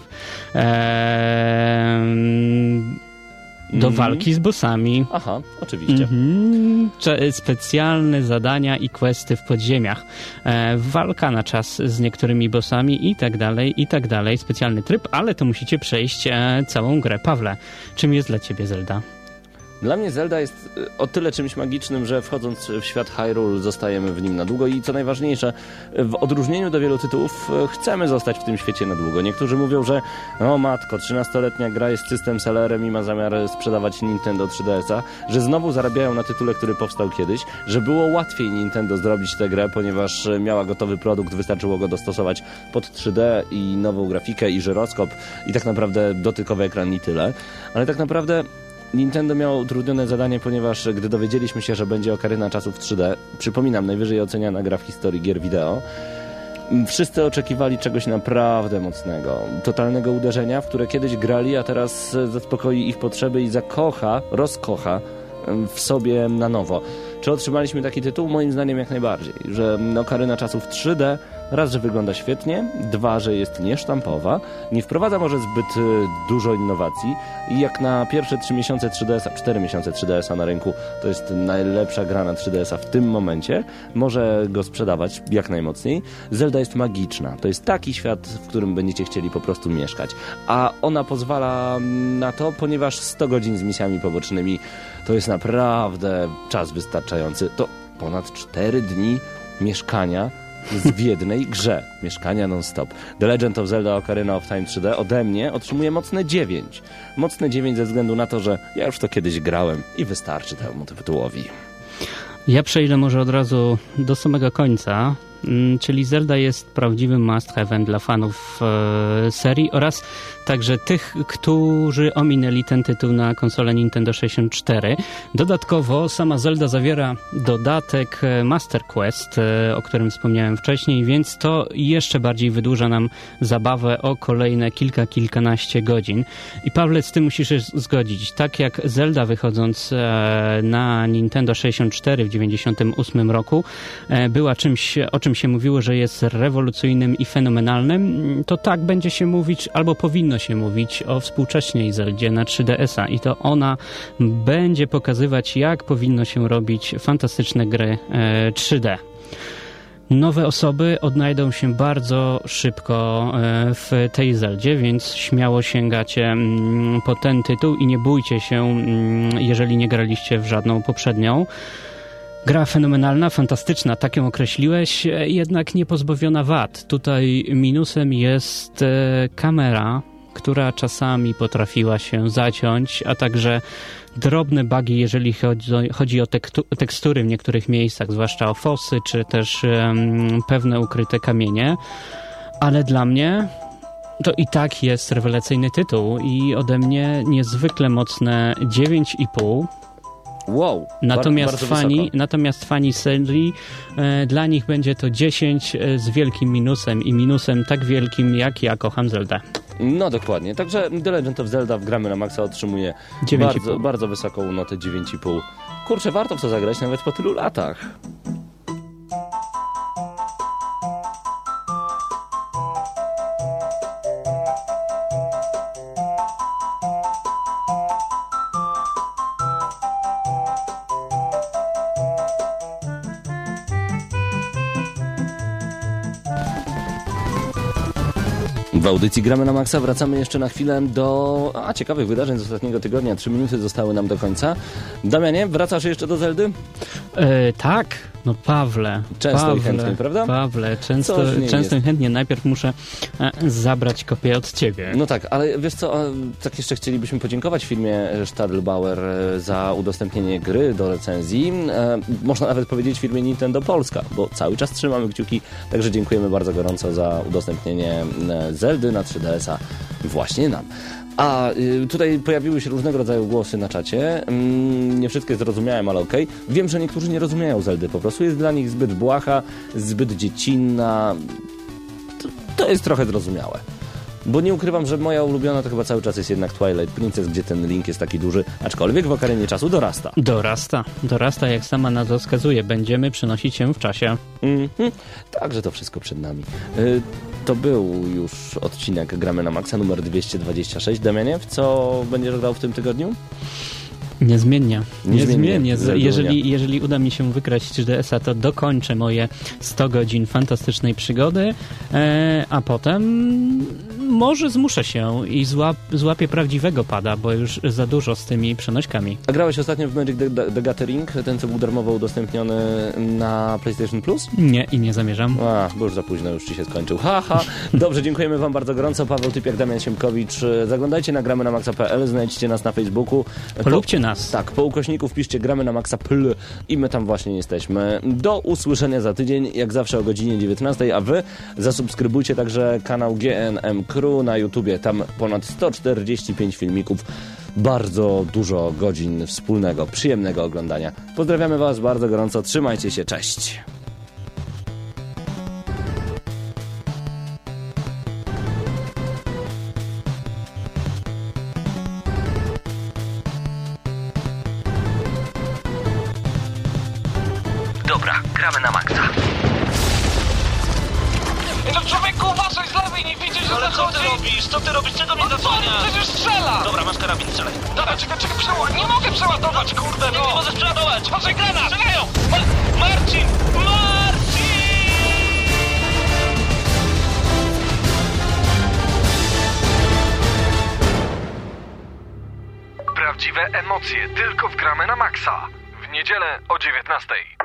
e, do Mhm. walki z bossami. Aha, oczywiście. Mhm. Cze- specjalne zadania i questy w podziemiach. E, walka na czas z niektórymi bossami i tak dalej, i tak dalej. Specjalny tryb, ale to musicie przejść e, całą grę. Pawle, czym jest dla ciebie Zelda? Dla mnie Zelda jest o tyle czymś magicznym, że wchodząc w świat Hyrule zostajemy w nim na długo i co najważniejsze, w odróżnieniu do wielu tytułów chcemy zostać w tym świecie na długo. Niektórzy mówią, że o matko, trzynastoletnia gra jest system sellerem i ma zamiar sprzedawać Nintendo trzy D S a, że znowu zarabiają na tytule, który powstał kiedyś, że było łatwiej Nintendo zrobić tę grę, ponieważ miała gotowy produkt, wystarczyło go dostosować pod trzy D i nową grafikę i żyroskop i tak naprawdę dotykowy ekran i tyle. Ale tak naprawdę Nintendo miało utrudnione zadanie, ponieważ gdy dowiedzieliśmy się, że będzie Ocarina Czasów w trzy D, przypominam, najwyżej oceniana gra w historii gier wideo, wszyscy oczekiwali czegoś naprawdę mocnego, totalnego uderzenia, w które kiedyś grali, a teraz zaspokoi ich potrzeby i zakocha, rozkocha w sobie na nowo. Czy otrzymaliśmy taki tytuł? Moim zdaniem jak najbardziej, że Ocarina Czasów trzy D raz, że wygląda świetnie, dwa, że jest niesztampowa, nie wprowadza może zbyt dużo innowacji i jak na pierwsze trzy miesiące trzy D S a, cztery miesiące trzy D S a na rynku, to jest najlepsza gra na trzy D S a w tym momencie, może go sprzedawać jak najmocniej. Zelda jest magiczna, to jest taki świat, w którym będziecie chcieli po prostu mieszkać, a ona pozwala na to, ponieważ sto godzin z misjami pobocznymi to jest naprawdę czas wystarczający, to ponad cztery dni mieszkania w jednej grze. Mieszkania non-stop. The Legend of Zelda Ocarina of Time trzy D ode mnie otrzymuje mocne dziewięć. Mocne dziewięć ze względu na to, że ja już to kiedyś grałem i wystarczy temu tytułowi. Ja przejdę może od razu do samego końca, czyli Zelda jest prawdziwym must-have'em dla fanów e, serii oraz także tych, którzy ominęli ten tytuł na konsolę Nintendo sześćdziesiąt cztery. Dodatkowo sama Zelda zawiera dodatek Master Quest, e, o którym wspomniałem wcześniej, więc to jeszcze bardziej wydłuża nam zabawę o kolejne kilka, kilkanaście godzin. I Pawle, z tym musisz się zgodzić. Tak jak Zelda wychodząc e, na Nintendo sześćdziesiąt cztery w dziewięćdziesiątym ósmym roku e, była czymś, o czym się mówiło, że jest rewolucyjnym i fenomenalnym, to tak będzie się mówić, albo powinno się mówić o współcześniej Zeldzie na trzy D S a i to ona będzie pokazywać, jak powinno się robić fantastyczne gry e, trzy D. Nowe osoby odnajdą się bardzo szybko w tej Zeldzie, więc śmiało sięgacie po ten tytuł i nie bójcie się, jeżeli nie graliście w żadną poprzednią. Gra fenomenalna, fantastyczna, tak ją określiłeś, jednak nie pozbawiona wad. Tutaj minusem jest kamera, która czasami potrafiła się zaciąć, a także drobne bugi, jeżeli chodzi, chodzi o tektu, tekstury w niektórych miejscach, zwłaszcza o fosy, czy też um, pewne ukryte kamienie. Ale dla mnie to i tak jest rewelacyjny tytuł i ode mnie niezwykle mocne dziewięć i pół. Wow, natomiast bardzo fani, wysoko. natomiast fani serii, e, dla nich będzie to dziesięć e, z wielkim minusem i minusem tak wielkim, jak ja kocham Zeldę. No dokładnie, także The Legend of Zelda w Gramy na Maxa otrzymuje bardzo, bardzo wysoką notę dziewięć i pół. Kurczę, warto w to zagrać nawet po tylu latach. W audycji Gramy na Maxa wracamy jeszcze na chwilę do a, ciekawych wydarzeń z ostatniego tygodnia. Trzy minuty zostały nam do końca. Damianie, wracasz jeszcze do Zeldy? E, tak, no Pawle. Często Pawle, i chętnie, prawda? Pawle, często, często i chętnie. Najpierw muszę e, zabrać kopię od ciebie. No tak, ale wiesz co, tak jeszcze chcielibyśmy podziękować firmie Stadelbauer za udostępnienie gry do recenzji. E, można nawet powiedzieć firmie Nintendo Polska, bo cały czas trzymamy kciuki, także dziękujemy bardzo gorąco za udostępnienie Zeldy na trzy D S a właśnie nam. A y, tutaj pojawiły się różnego rodzaju głosy na czacie. Mm, nie wszystkie zrozumiałem, ale okej. Okay. Wiem, że niektórzy nie rozumieją Zeldy. Po prostu jest dla nich zbyt błaha, zbyt dziecinna. To, to jest trochę zrozumiałe. Bo nie ukrywam, że moja ulubiona to chyba cały czas jest jednak Twilight Princess, gdzie ten link jest taki duży, aczkolwiek w Okarinie Czasu dorasta. Dorasta. Dorasta, jak sama nazwa wskazuje. Będziemy przenosić się w czasie. Mm-hmm. Także to wszystko przed nami. Y, to był już odcinek Gramy na Maxa numer dwieście dwadzieścia sześć. Damianie, w co będziesz grał w tym tygodniu? Niezmiennie. Niezmiennie, Niezmiennie. Z- Zedunia. Jeżeli, jeżeli uda mi się wykraść trzy D S a, to dokończę moje sto godzin fantastycznej przygody, e, a potem może zmuszę się i złap, złapię prawdziwego pada, bo już za dużo z tymi przenośkami. A grałeś ostatnio w Magic the, the Gathering, ten co był darmowo udostępniony na PlayStation Plus? Nie, i nie zamierzam. A, bo już za późno, już ci się skończył. Haha. Dobrze, dziękujemy wam bardzo gorąco. Paweł Typiak, Damian Siemkowicz. Zaglądajcie na gramy na maxa kropka p l, znajdziecie nas na Facebooku. Polubcie nas. Tak, po ukośniku wpiszcie gramy na maxa kropka p l i my tam właśnie jesteśmy. Do usłyszenia za tydzień, jak zawsze o godzinie dziewiętnastej, a wy zasubskrybujcie także kanał G N M Crew na YouTubie. Tam ponad sto czterdzieści pięć filmików. Bardzo dużo godzin wspólnego, przyjemnego oglądania. Pozdrawiamy was bardzo gorąco. Trzymajcie się, cześć. Dobra, gramy na maksa. No człowieku, uważaj z lewej, nie widzisz, że Ale co ty zachodzi? robisz? Co ty robisz? Czego mnie No co, zasłaniasz? przecież strzela! Dobra, masz karabin, strzelaj. Dobra, czekaj, czekaj, przeładuj. Nie mogę przeładować, kurde, Nie, no! nie możesz przeładować! Uważaj, granat! Strzelają! Ma- Marcin! Marcin! Prawdziwe emocje tylko w gramy na maksa. W niedzielę o dziewiętnastej.